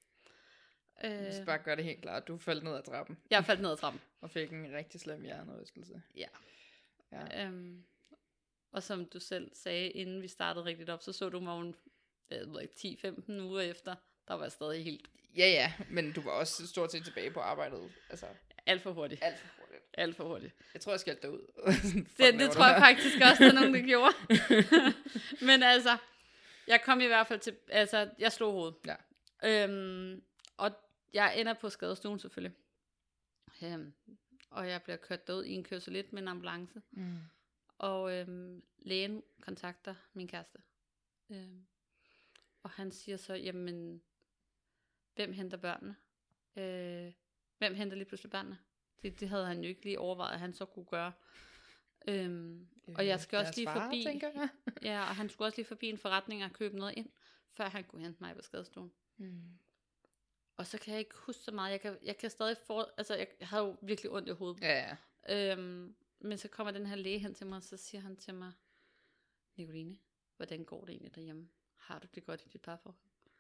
Øh, Øh, bare gør det helt klart. Du faldt ned ad trappen. jeg faldt ned ad trappen. Og fik en rigtig slem hjernerystelse. Ja. Ja. Øhm, og som du selv sagde, inden vi startede rigtigt op, så så du mig jo, jeg ved ikke, ti femten uger efter, der var jeg stadig helt... Ja, ja, men du var også stort set tilbage på arbejdet. Altså, alt for hurtigt. alt for hurtigt. Alt for hurtigt. Jeg tror, jeg skældte dig ud. det det tror jeg faktisk også, der er nogen, der gjorde. Men altså, jeg kom i hvert fald til... Altså, jeg slog hovedet. Ja. Øhm, og jeg ender på skadestuen selvfølgelig. Øhm, og jeg bliver kørt derud i en kørsel lidt med en ambulance. Mm. Og øhm, lægen kontakter min kæreste. Øhm, og han siger så, jamen, hvem henter børnene? Øh, hvem henter lige pludselig børnene? Det, det havde han jo ikke lige overvejet, at han så kunne gøre. Øhm, og jeg skal også lige far, forbi... jeg. ja, og han skulle også lige forbi en forretning og købe noget ind, før han kunne hente mig på skadestuen. Mm. Og så kan jeg ikke huske så meget. Jeg kan, jeg kan stadig få... Altså, jeg, jeg havde jo virkelig ondt i hovedet. Ja, ja. Øhm, men så kommer den her læge hen til mig, og så siger han til mig, Nicoline, hvordan går det egentlig derhjemme? Har du det godt i dit parforhold?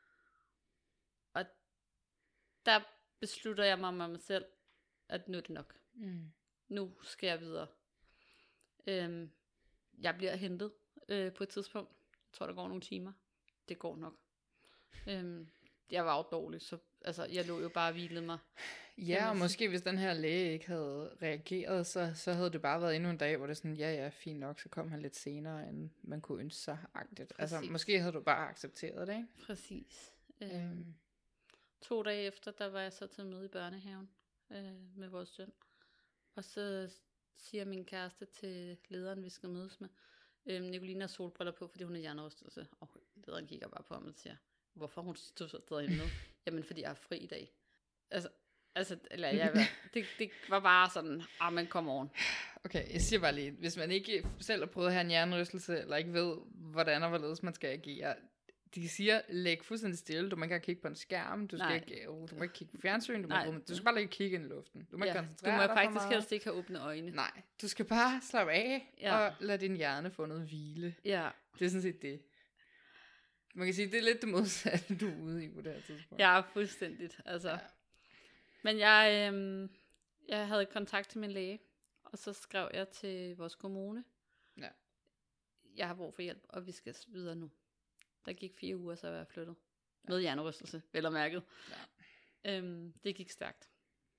Og der beslutter jeg mig med mig selv, at nu er det nok. Mm. Nu skal jeg videre. Øhm, jeg bliver hentet øh, på et tidspunkt. Jeg tror, der går nogle timer. Det går nok. Øhm, jeg var jo dårlig, så altså, jeg lå jo bare og hvilede mig. Ja, og måske hvis den her læge ikke havde reageret, så, så havde det bare været endnu en dag, hvor det er sådan, ja, ja, fint nok, så kom han lidt senere, end man kunne ønske sig agtigt. Altså, måske havde du bare accepteret det, ikke? Præcis. Øhm, Øhm. To dage efter, der var jeg så til møde i børnehaven øh, med vores søn. Og så siger min kæreste til lederen, vi skal mødes med, øh, Nicoline har solbriller på, fordi hun er hjernerystelse. Og lederen kigger bare på ham og siger, hvorfor hun stod så derinde nu? Jamen, fordi jeg er fri i dag. Altså, altså eller jeg, det, det var bare sådan, ah, men kom on. Okay, jeg siger bare lige, hvis man ikke selv har prøvet at have en hjernerystelse, eller ikke ved, hvordan og hvorledes man skal agere, de siger, læg fuldstændig stille, du må ikke kigge på en skærm, du, skal ikke, du må ikke kigge på fjernsyn, du, må, Nej. du skal bare ikke kigge ind i luften. Du må ja, ikke koncentrere dig. Du må dig faktisk helst ikke have åbne øjne. Nej, du skal bare slappe af, ja. og lade din hjerne få noget hvile. Ja. Det er sådan set det. Man kan sige, det er lidt det modsatte, du er ude i på det her tidspunkt. Ja, fuldstændigt. Altså. Ja. Men jeg, øhm, jeg havde kontakt til min læge, og så skrev jeg til vores kommune. Ja. Jeg har brug for hjælp, og vi skal videre nu. Der gik fire uger, så var jeg flyttet. Ja. Med hjernerystelse, vel og mærket. Ja. Øhm, det gik stærkt.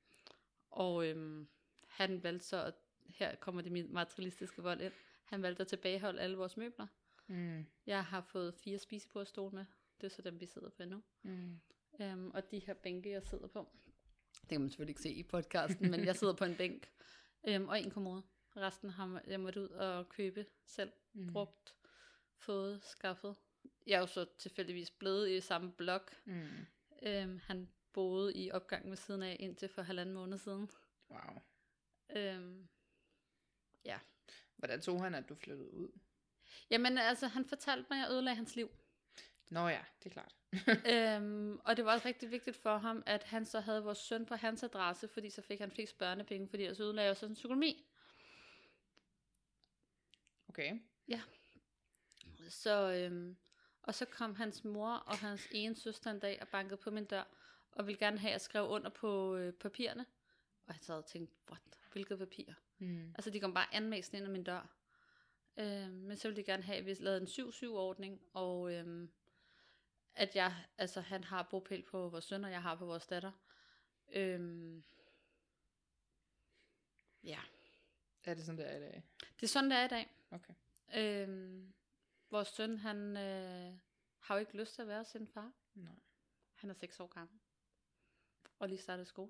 Og øhm, han valgte så, at her kommer det min materialistiske vold ind. Han valgte at tilbageholde alle vores møbler. Mm. Jeg har fået fire spisebordstole med. Det er så dem, vi sidder på nu. Mm. Øhm, og de her bænke, jeg sidder på. Det kan man selvfølgelig ikke se i podcasten, men jeg sidder på en bænk. Øhm, og en kommode. Resten har jeg måttet ud og købe selv. Mm. Brugt, fået, skaffet. Jeg er jo så tilfældigvis blevet i samme blok. Mm. Øhm, han boede i opgangen ved siden af indtil for halvanden måned siden. Wow. Øhm, ja. Hvordan tog han, at du flyttede ud? Jamen altså, han fortalte mig, at jeg ødelagde hans liv. Nå ja, det er klart. øhm, og det var også rigtig vigtigt for ham, at han så havde vores søn på hans adresse, fordi så fik han flest børnepenge, fordi jeg så ødelagde også hans økonomi. Okay. Ja. Så, øhm, og så kom hans mor og hans ene søster en dag og bankede på min dør, og ville gerne have, at jeg skrev under på øh, papirerne. Og jeg sad og tænkte, what? Hvilket papir? Mm. Altså, de kom bare anmæsende ind ad min dør. Øhm, men så ville de gerne have, at vi lavede en syv syv ordning, og øhm, at jeg, altså han har bopæl på vores søn, og jeg har på vores datter. Øhm, ja. Er det sådan, det er i dag? Det er sådan, det er i dag. Okay. Øhm, vores søn, han øh, har jo ikke lyst til at være sin far. Nej. Han er seks år gammel. Og lige startet skole.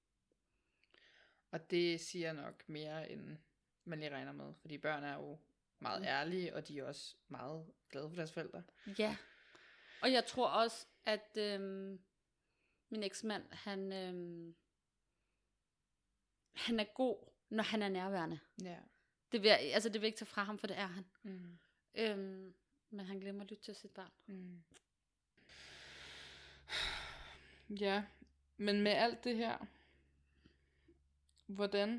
Og det siger nok mere, end man lige regner med. Fordi børn er jo meget ærlige, og de er også meget glade for deres forældre. Ja. Og jeg tror også, at øhm, min eksmand, han, øhm, han er god, når han er nærværende. Ja. Det vil, jeg, altså det vil ikke tage fra ham, for det er han. Mm. Øhm, men han glemmer at lytte til sit barn. Mm. Ja, men med alt det her, hvordan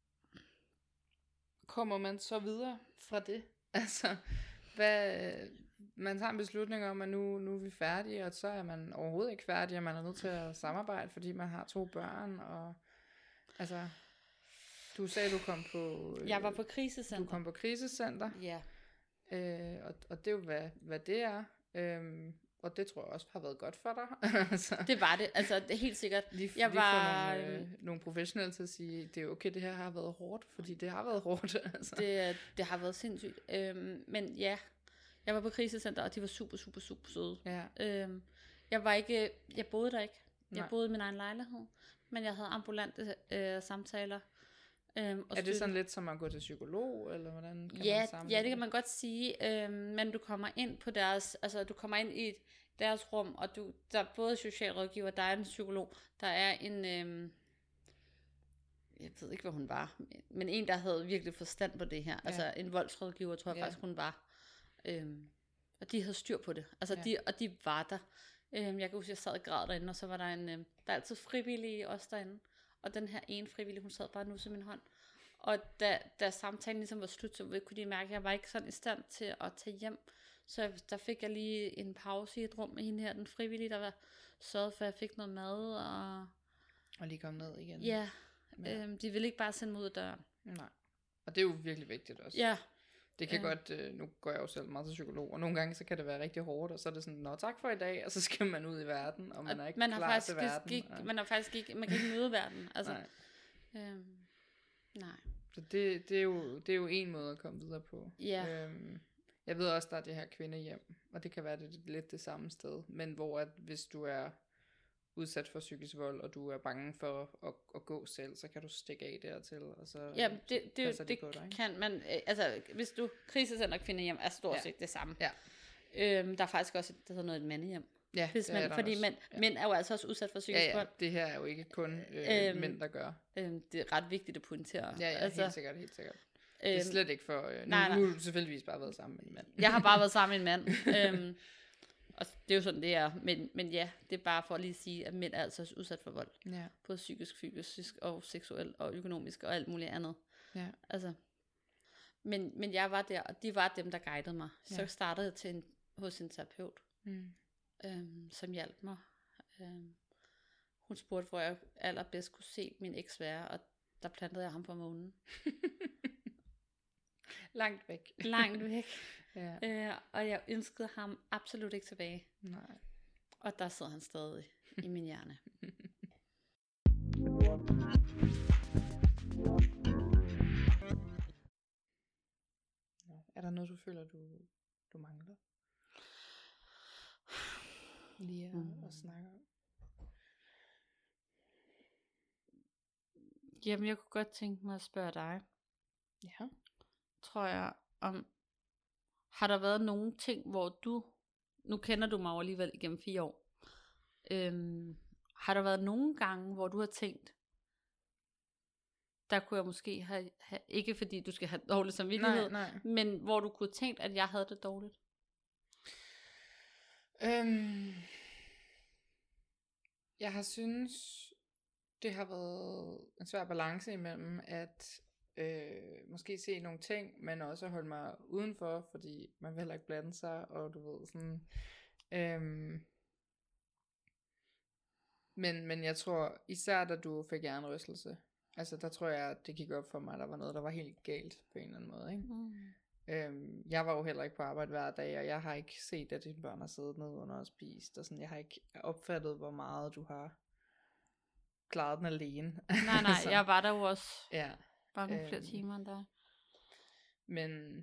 kommer man så videre fra det? Altså, hvad, man tager en beslutning om, at nu, nu er vi færdige, og så er man overhovedet ikke færdig, og man er nødt til at samarbejde, fordi man har to børn, og altså, du sagde, du kom på... Jeg var på krisecenter. Du kom på krisecenter. Ja. Øh, og, og det er jo, hvad, hvad det er. Øhm, og det tror jeg også har været godt for dig. altså, Det var det, altså det er helt sikkert. lige, Jeg lige var, få nogle, øh, nogle professionelle til at sige, det er okay, det her har været hårdt, fordi det har været hårdt. altså. Det, det har været sindssygt. Øhm, men ja, jeg var på krisecenter, og de var super, super, super søde. Ja. Øhm, jeg var ikke, jeg boede der ikke. Jeg Nej. boede i min egen lejlighed, men jeg havde ambulante øh, samtaler. Øhm, og Er det støtte. sådan lidt som at gå til psykolog, eller hvordan kan Ja, man sammenligne ja, det kan man godt sige, øhm, men du kommer ind på deres, altså du kommer ind i deres rum, og du, der er både socialrådgiver, der er en psykolog, der er en, øhm, jeg ved ikke, hvad hun var, men en, der havde virkelig forstand på det her, ja. Altså en voldsrådgiver, tror jeg Ja. faktisk, hun var, øhm, og de havde styr på det, altså Ja. de, og de var der. Øhm, jeg kan huske, jeg sad og græd derinde, og så var der en, øhm, der er altid frivillige også derinde, og den her ene frivillige, hun sad bare nu til min hånd. Og da, da samtalen ligesom var slut, så kunne de mærke, at jeg var ikke sådan i stand til at tage hjem. Så jeg, der fik jeg lige en pause i et rum med hende her, den frivillige, der var sørget for, at jeg fik noget mad. Og, Og lige komme ned igen. ja, Ja. øhm, de ville ikke bare sende mig ud af døren. Nej. Og det er jo virkelig vigtigt også. Ja, Det kan Ja. godt, øh, nu går jeg jo selv meget til psykolog, og nogle gange så kan det være rigtig hårdt, og så er det sådan, nå tak for i dag, og så skal man ud i verden, og man er ikke man har klar faktisk til verden. ikke, og, man har faktisk ikke, man kan ikke møde verden. Altså, nej. øhm, nej. Så det, det, er jo, det er jo en måde at komme videre på. Ja. Øhm, jeg ved også, der er det her kvindehjem, og det kan være det, lidt det samme sted, men hvor at hvis du er udsat for psykisk vold, og du er bange for at, at gå selv, så kan du stikke af dertil, og så Ja, det, det, passer de det på dig, ikke? kan man, øh, altså hvis du krisecenter kvindehjem er stort Ja. set det samme. Ja. Øhm, der er faktisk også, et- der hedder noget et mandehjem. Ja, Hvis det man, er der fordi også. mænd, ja. mænd er jo altså også udsat for psykisk Ja, ja, vold. det her er jo ikke kun øh, Øhm, mænd, der gør. Øhm, det er ret vigtigt at pointere. Ja, ja, altså, helt sikkert, helt sikkert. Det er øhm, slet ikke for... Øh, nu, nej, nej. nu har du selvfølgelig bare været sammen med en mand. Jeg har bare været sammen med en mand. øhm, og det er jo sådan, det er. Men, men ja, det er bare for at lige sige, at mænd er altså også udsat for vold. Ja, Både psykisk, fysisk og seksuelt og økonomisk og alt muligt andet. ja, Altså, men, men jeg var der, og de var dem, der guidede mig. Så Ja. startede jeg til en, hos en terapeut, mm. øhm, som hjalp mig. Øhm, hun spurgte, hvor jeg allerbedst kunne se min eks være, og der plantede jeg ham på månen. Langt væk. Langt væk. Ja, øh, og jeg ønskede ham absolut ikke tilbage. nej. Og der sidder han stadig i min hjerne. Nå, er der noget, du føler, du, du mangler? Lige at, Mm. at snakke om. Jamen, jeg kunne godt tænke mig at spørge dig, Ja. tror jeg, om har der været nogle ting, hvor du, nu kender du mig jo alligevel igennem fire år, øhm, har der været nogle gange, hvor du har tænkt, der kunne jeg måske have, have ikke fordi du skal have dårlig samvittighed, Nej, nej. men hvor du kunne tænkt, at jeg havde det dårligt? Øhm, jeg har synes, det har været en svær balance imellem at øh, måske se nogle ting, men også holde mig udenfor, fordi man vil heller ikke blande sig, og du ved sådan. Øhm, men, men jeg tror, især da du fik hjernerystelse, altså der tror jeg, at det gik op for mig, at der var noget, der var helt galt på en eller anden måde, ikke? Mm. Øhm, jeg var jo heller ikke på arbejde hver dag, og jeg har ikke set, at dine børn har siddet ned under og spist, og sådan, jeg har ikke opfattet, hvor meget du har klaret den alene. Nej, nej, Så, jeg var der jo også ja, mange flere Øhm. timer end dig. men,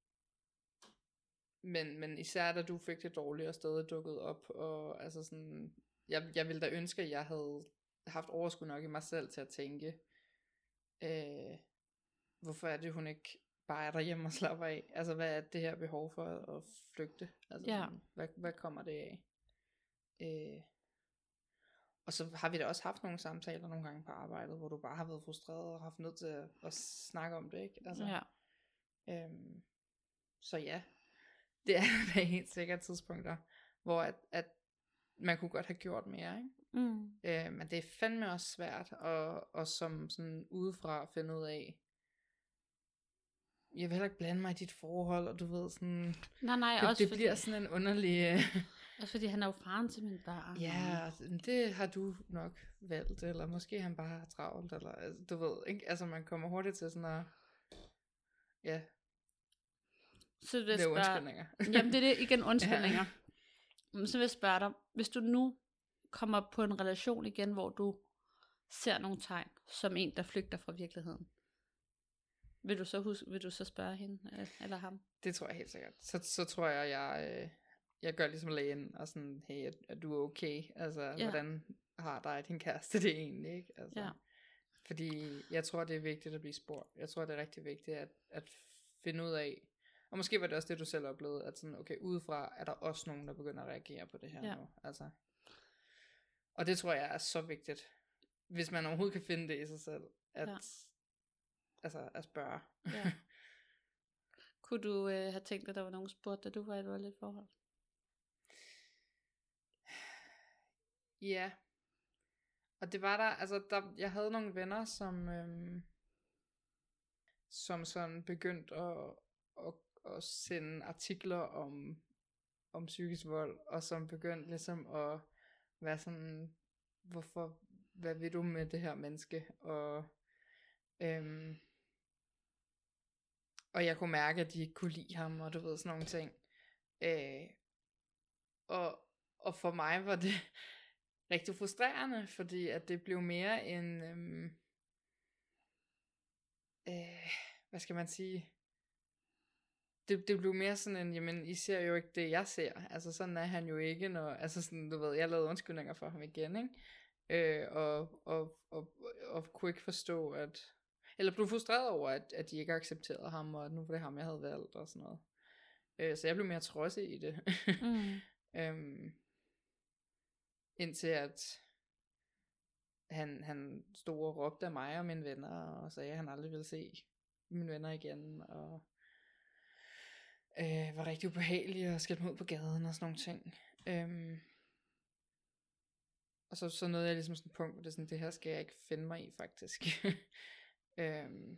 men, men især da du fik det dårligt og stadig dukket op, og altså sådan, jeg, jeg ville da ønske, at jeg havde haft overskud nok i mig selv til at tænke, øh, hvorfor er det, hun ikke bare er derhjemme og slapper af? Altså, hvad er det her behov for at flygte? Altså, Ja. sådan, hvad, hvad kommer det af? Øh, og så har vi da også haft nogle samtaler nogle gange på arbejdet, hvor du bare har været frustreret og haft nødt til at, at snakke om det, ikke? Altså, Ja. øhm, så ja, det er da helt sikkert tidspunkter, hvor at, at man kunne godt have gjort mere, ikke? Mm. Øh, men det er fandme også svært at, at som sådan udefra finde ud af, jeg vil heller ikke blande mig i dit forhold, og du ved sådan, Nej, nej, det, også det fordi, bliver sådan en underlig, også fordi han er jo faren til mine børn. ja, det har du nok valgt, eller måske han bare har travlt, eller altså, du ved, ikke? Altså man kommer hurtigt til sådan at, ja, Så vil jeg det er spørge, undskyldninger. jamen det er det, igen undskyldninger. Ja. Så vil jeg spørge dig, hvis du nu kommer på en relation igen, hvor du ser nogle tegn, som en, der flygter fra virkeligheden, vil du så, huske, vil du så spørge hende, eller ham? Det tror jeg helt sikkert. Så, så tror jeg, jeg, øh, jeg gør ligesom lægen, og sådan, hey, er, er du okay? Altså, Ja. hvordan har dig og din kæreste det egentlig, ikke? Altså, Ja. fordi jeg tror, det er vigtigt at blive spurgt. Jeg tror, det er rigtig vigtigt at, at finde ud af, og måske var det også det, du selv oplevede, at sådan, okay, udefra er der også nogen, der begynder at reagere på det her Ja. nu. Altså. Og det tror jeg er så vigtigt, hvis man overhovedet kan finde det i sig selv, at, Ja. altså, at spørge. Ja. Kunne du øh, have tænkt, at der var nogen spurgt, da du var i et voldeligt forhold? Ja. Og det var der, altså der, jeg havde nogle venner, som, øhm, som sådan begyndte at, at, at sende artikler om, om psykisk vold, og som begyndte ligesom at være sådan, hvorfor, hvad vil du med det her menneske? Og, øhm, og jeg kunne mærke, at de ikke kunne lide ham, og du ved, sådan nogle ting. Øh, og, og for mig var det rigtig frustrerende, fordi at det blev mere en, øhm, øh, hvad skal man sige, det, det blev mere sådan en, jamen I ser jo ikke det jeg ser, altså sådan er han jo ikke, når, altså sådan, du ved, jeg lavede undskyldninger for ham igen, ikke, øh, og, og, og, og kunne ikke forstå, at, eller blev frustreret over, at, at de ikke accepterede ham, og at nu var det ham, jeg havde valgt, og sådan noget, øh, så jeg blev mere trodsig i det, Mm. øhm, indtil at han, han stod og råbte af mig og mine venner, og sagde, at han aldrig ville se mine venner igen, og øh, var rigtig ubehagelig og skældte mig ud på gaden og sådan nogle ting. Øhm, og så, så nåede jeg ligesom sådan et punkt, hvor det er sådan, det her skal jeg ikke finde mig i, faktisk. øhm,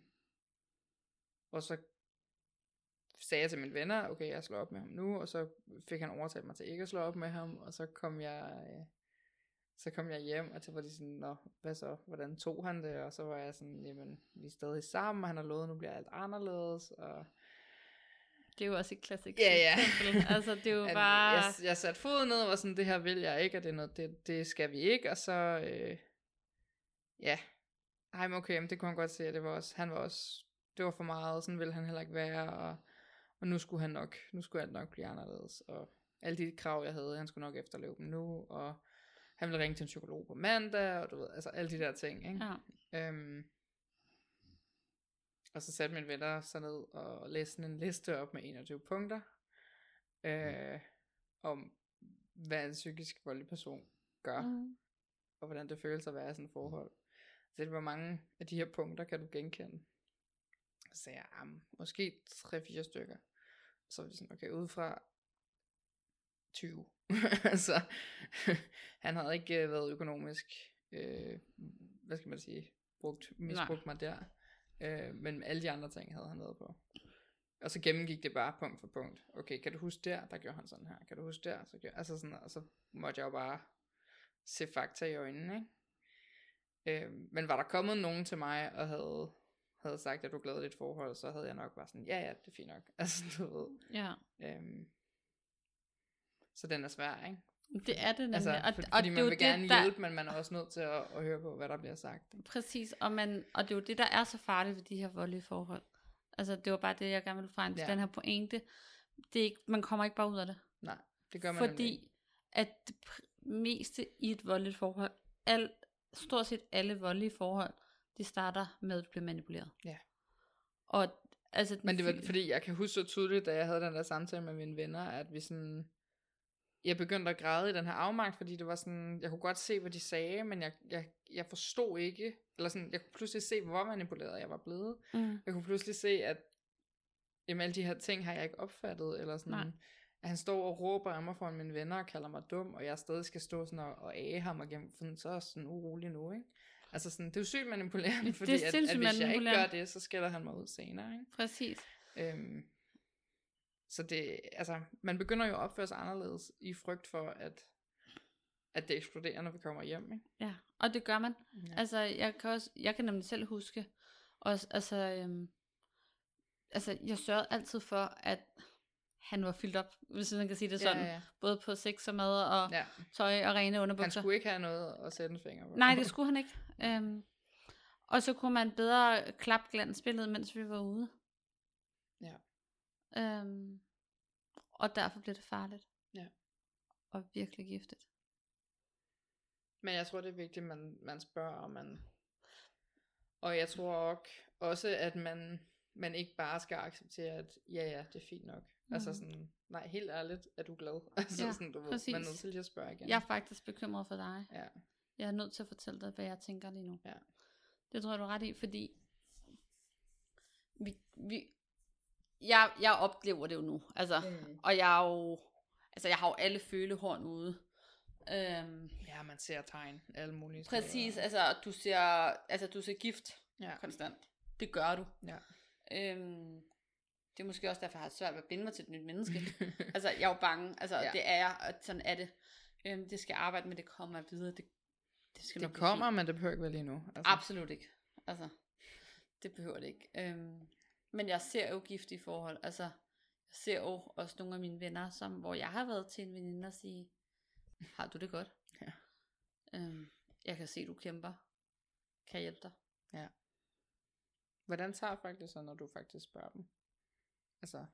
og så sagde jeg til mine venner, okay, jeg slår op med ham nu, og så fik han overtalt mig til ikke at slå op med ham, og så kom jeg... Øh, Så kom jeg hjem, og så var de sådan, nå, hvad så, hvordan tog han det? Og så var jeg sådan, jamen, vi er stadig sammen, og han har lovet, nu bliver alt anderledes, og... Det er jo også et klassisk Ja, ja. eksempel. Altså, det er jo At bare... Jeg, jeg satte foden ned og var sådan, det her vil jeg ikke, og det, er noget, det, det skal vi ikke, og så, øh, ja, ej, men okay, men det kunne han godt se, at det var også, han var også, det var for meget, sådan ville han heller ikke være, og, og nu skulle han nok, nu skulle alt nok blive anderledes, og alle de krav, jeg havde, han skulle nok efterleve dem nu, og han ville ringe til en psykolog på mandag, og du ved, altså alle de der ting, ikke? Ja. Øhm, og så satte mine venner sig ned og læste en liste op med enogtyve punkter, øh, om hvad en psykisk voldelig person gør, Mm. og hvordan det føles at være i sådan et forhold. Så det var mange af de her punkter, kan du genkende. Så sagde jeg, ah, måske tre-fire stykker. Så var det sådan, okay, ud fra tyve. Altså, han havde ikke været økonomisk, øh, hvad skal man sige, brugt, misbrugt mig der. Øh, men alle de andre ting havde han været på. Og så gennemgik det bare punkt for punkt. Okay, kan du huske der, der gjorde han sådan her. Kan du huske der, så gjorde altså sådan, og så måtte jeg jo bare se fakta i øjnene, ikke? Øh, men var der kommet nogen til mig og havde, havde sagt, at du glæder dit forhold, så havde jeg nok bare sådan, ja ja, det er fint nok. Altså, du ved. Ja. Øhm, så den er svær, ikke? Det er det nemlig. Altså, og, for, og fordi det man er jo vil gerne det, der... hjælpe, men man er også nødt til at, at høre på, hvad der bliver sagt. Præcis, og, man, og det er jo det, der er så farligt ved de her voldelige forhold. Altså, det var bare det, jeg gerne ville frem til, Ja. den her pointe. Det er ikke, man kommer ikke bare ud af det. Nej, det gør man Fordi nemlig ikke. at det pr- meste i et voldeligt forhold, al, stort set alle voldelige forhold, de starter med at blive manipuleret. Ja. Og altså, Men det var fy- fordi, jeg kan huske så tydeligt, da jeg havde den der samtale med mine venner, at vi sådan, jeg begyndte at græde i den her afmagt, fordi det var sådan, jeg kunne godt se, hvad de sagde, men jeg, jeg, jeg forstod ikke, eller sådan, jeg kunne pludselig se, hvor manipuleret jeg var blevet. Mm. Jeg kunne pludselig se, at jamen, alle de her ting har jeg ikke opfattet, eller sådan, Nej. at han står og råber af mig foran mine venner og kalder mig dum, og jeg stadig skal stå sådan og, og age ham, og gennem, så er jeg sådan urolig nu, ikke? Altså sådan, det er jo sygt manipulerende, fordi det er at, at hvis jeg ikke gør det, det, så skælder han mig ud senere, ikke? Præcis. Øhm, så det, altså, man begynder jo at opføre sig anderledes i frygt for, at, at det eksploderer, når vi kommer hjem, ikke? Ja, og det gør man. Ja. Altså, jeg kan også, jeg kan nemlig selv huske, også, altså, øhm, altså, jeg sørgede altid for, at han var fyldt op, hvis man kan sige det sådan, Ja, ja. både på sex og mad og Ja. tøj og rene underbukser. Han skulle ikke have noget at sætte en finger på. Nej, det skulle han ikke. Øhm, og så kunne man bedre klappe glansbilledet, mens vi var ude. Ja. Øhm, og derfor blev det farligt. Ja. Og virkelig giftigt. Men jeg tror, det er vigtigt, at man, man spørger, og man... Og jeg tror også, at man, man ikke bare skal acceptere, at ja, ja, det er fint nok. Mm. Altså sådan, nej, helt ærligt, er du glad? Altså Ja, sådan, du ved, præcis. man er nødt til lige at spørge igen. Jeg er faktisk bekymret for dig. Ja. Jeg er nødt til at fortælle dig, hvad jeg tænker lige nu. Ja. Det tror jeg, du er ret i, fordi vi, vi, jeg, jeg oplever det jo nu. Altså, Mm. og jeg er jo, altså jeg har jo alle følehorn ude. Øhm, Ja, man ser tegn alle mulige præcis, steder. altså du ser, altså du ser gift Ja. konstant. Det gør du. Ja. Øhm, det er måske også derfor, jeg har svært ved at binde mig til et nyt menneske. Altså, jeg er jo bange. Altså, Ja. ja. det er jeg, og sådan er det. Øhm, det skal jeg arbejde med, det kommer videre. Det, det skal Det nok blive kommer, fint. men det behøver ikke være lige nu. Altså. Absolut ikke. Altså, det behøver det ikke. Øhm, men jeg ser jo giftige forhold. Altså, jeg ser jo også nogle af mine venner, som, hvor jeg har været til en veninde og sige, har du det godt? Ja. Øhm, jeg kan se, du kæmper. Kan jeg hjælpe dig? Ja. Hvordan tager folk det så, når du faktisk spørger dem? Altså,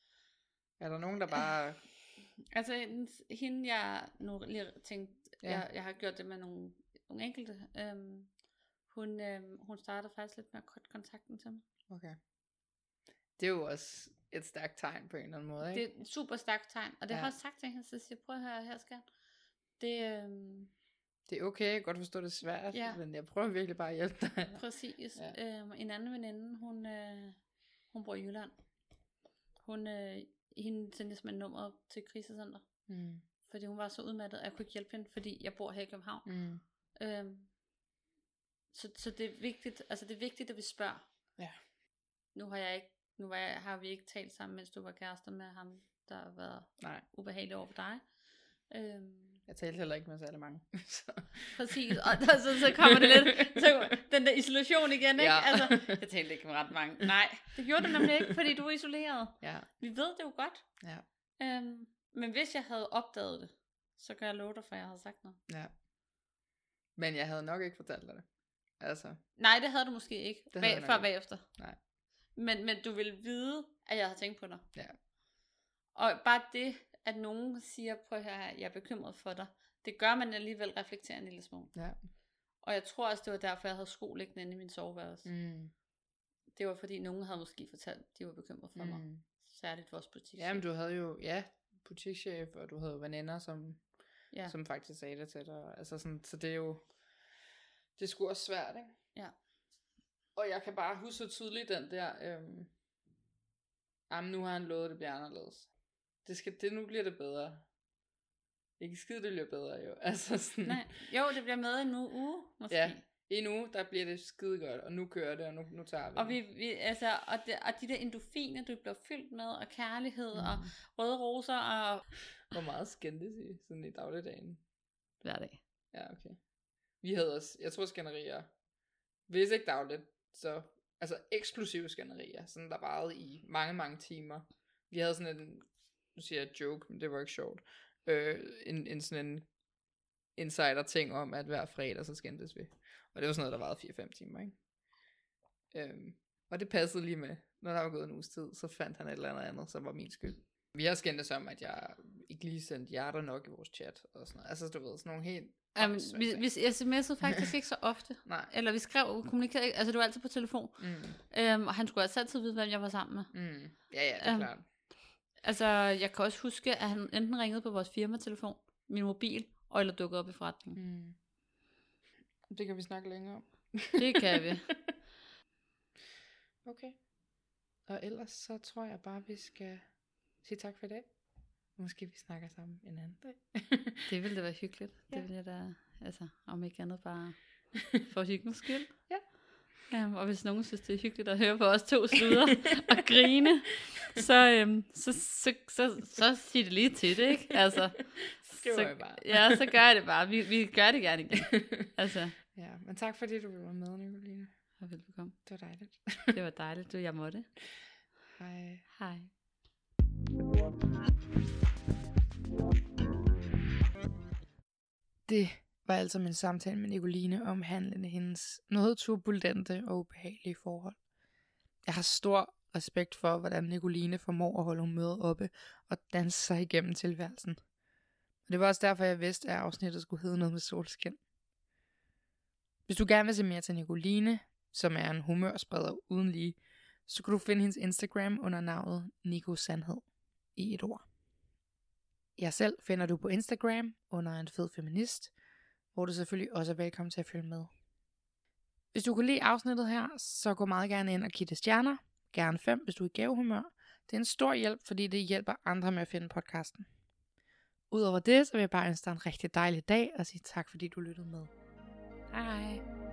er der nogen, der bare... Altså, hende jeg nu lige tænkt, Ja. ja. jeg, jeg har gjort det med nogle, nogle enkelte. Øhm, hun, øhm, hun startede faktisk lidt med at korte kontakten til mig. Okay. Det er jo også et stærkt tegn på en eller anden måde, ikke? Det er et super stærkt tegn, og det Ja. ja. har jeg også sagt til hende, så jeg siger, prøv at høre her, skat. Det, øhm, Det er okay, jeg kan godt forstå, det er svært, Ja. men jeg prøver virkelig bare at hjælpe dig. præcis. Ja. Ja. Øhm, en anden veninde, hun, øh, hun bor i Jylland. Hun, øh, hende sendte simpelthen nummer til krisecenter, Mm. fordi hun var så udmattet, at jeg kunne ikke hjælpe hende, fordi jeg bor her i København. Mm. Øhm, så, så det er vigtigt, altså det er vigtigt, at vi spørger. Ja. Nu har jeg ikke, nu var jeg, har vi ikke talt sammen, mens du var kærester med ham, der har været Nej, ubehageligt over for dig. Øhm, jeg talte heller ikke med særlig mange. Så. præcis, og der, så, så kommer det lidt, så, den der isolation igen, ikke? Ja. Altså, jeg talte ikke med ret mange. Nej, det gjorde du nemlig ikke, fordi du er isoleret. Ja, Vi ved det jo godt. ja, Øhm, men hvis jeg havde opdaget det, så kan jeg love dig, for jeg havde sagt noget. ja. Men jeg havde nok ikke fortalt dig det. Altså, Nej, det havde du måske ikke, Det havde bag, jeg nok før ikke. bagefter. Nej. Men, men du vil vide, at jeg har tænkt på dig. Ja. Og bare det, at nogen siger, prøv her, jeg er bekymret for dig, det gør man alligevel reflektere en lille smule. ja. Og jeg tror også, det var derfor, jeg havde sko liggende inde i min soveværelse. Mm. Det var fordi, nogen havde måske fortalt, de var bekymret for mm. mig. Mm. Særligt vores butik. Jamen, du havde jo, ja, butikschef, og du havde jo veninder, som, ja. som faktisk sagde det til dig. Altså sådan, så det er jo, det er sgu også svært, ikke? Ja. Og jeg kan bare huske så tydeligt den der, øhm, jamen nu har han lovet, at det bliver anderledes. Det skal, det, nu bliver det bedre. Ikke skide, det bliver bedre jo. Altså sådan, Nej. Jo, det bliver med en nu uge, måske. Ja. En uge, der bliver det skide godt, og nu kører det, og nu, nu tager vi Og, det. vi, vi, altså, og, de, og de der endorfiner, du bliver fyldt med, og kærlighed, mm. og røde roser, og... Hvor meget skændtes I sådan i dagligdagen? Hver dag. Ja, okay. Vi havde også, jeg tror skænderier, hvis ikke dagligt, så, altså eksplosive skænderier, sådan der varede i mange, mange timer. Vi havde sådan en, nu siger jeg joke, men det var ikke sjovt, øh, en, en sådan en insider ting om, at hver fredag, så skændtes vi. Og det var sådan noget, der varede fire fem timer, ikke? Øhm, og det passede lige med, når der var gået en uges tid, så fandt han et eller andet andet, som var min skyld. Vi har skændtes om, at jeg ikke lige sendte hjerter nok i vores chat, og sådan noget. Altså, du ved, sådan nogle helt... Jamen, vi, vi sms'ede faktisk ikke så ofte. Nej. Eller vi skrev og kommunikerede ikke. Altså, det var altid på telefon. Mm. Øhm, og han skulle altså altid vide, hvem jeg var sammen med. Mm. Ja, ja, det er Øhm, klart. Altså, jeg kan også huske, at han enten ringede på vores firmatelefon, min mobil, og eller dukkede op i forretningen. Mm. Det kan vi snakke længere om. Det kan vi. Okay. Og ellers så tror jeg bare, vi skal sige tak for i dag. Måske vi snakker sammen en anden dag. Det ville da være hyggeligt. Ja. Det ville jeg da, altså, om ikke andet bare for hyggens skyld. Ja. Um, og hvis nogen synes, det er hyggeligt at høre på os to sluder og grine, så, øhm, så, så, så, så, så sig det lige til det, ikke? Altså, Skriver så, jeg bare. Ja, så gør jeg det bare. Vi, vi gør det gerne igen. Altså, Ja, men tak fordi du var med, Nicoline. og velbekomme. Det var dejligt. Det var dejligt, du jeg måtte. Hej. Hej. Det var altså min samtale med Nicoline omhandlende hendes noget turbulente og ubehagelige forhold. Jeg har stor respekt for, hvordan Nicoline formår at holde humøret oppe og danse sig igennem tilværelsen. Og det var også derfor, jeg vidste, at afsnittet skulle hedde noget med solskin. Hvis du gerne vil se mere til Nicoline, som er en humørspreder uden lige, så kan du finde hendes Instagram under navnet Nico Sandhed i et ord. Jeg selv finder du på Instagram under en fed feminist, hvor du selvfølgelig også er velkommen til at følge med. Hvis du kunne lide afsnittet her, så gå meget gerne ind og give det stjerner. Gerne fem, hvis du er i gavehumør. Det er en stor hjælp, fordi det hjælper andre med at finde podcasten. Udover det, så vil jeg bare ønske dig en rigtig dejlig dag og sige tak, fordi du lyttede med. Hej.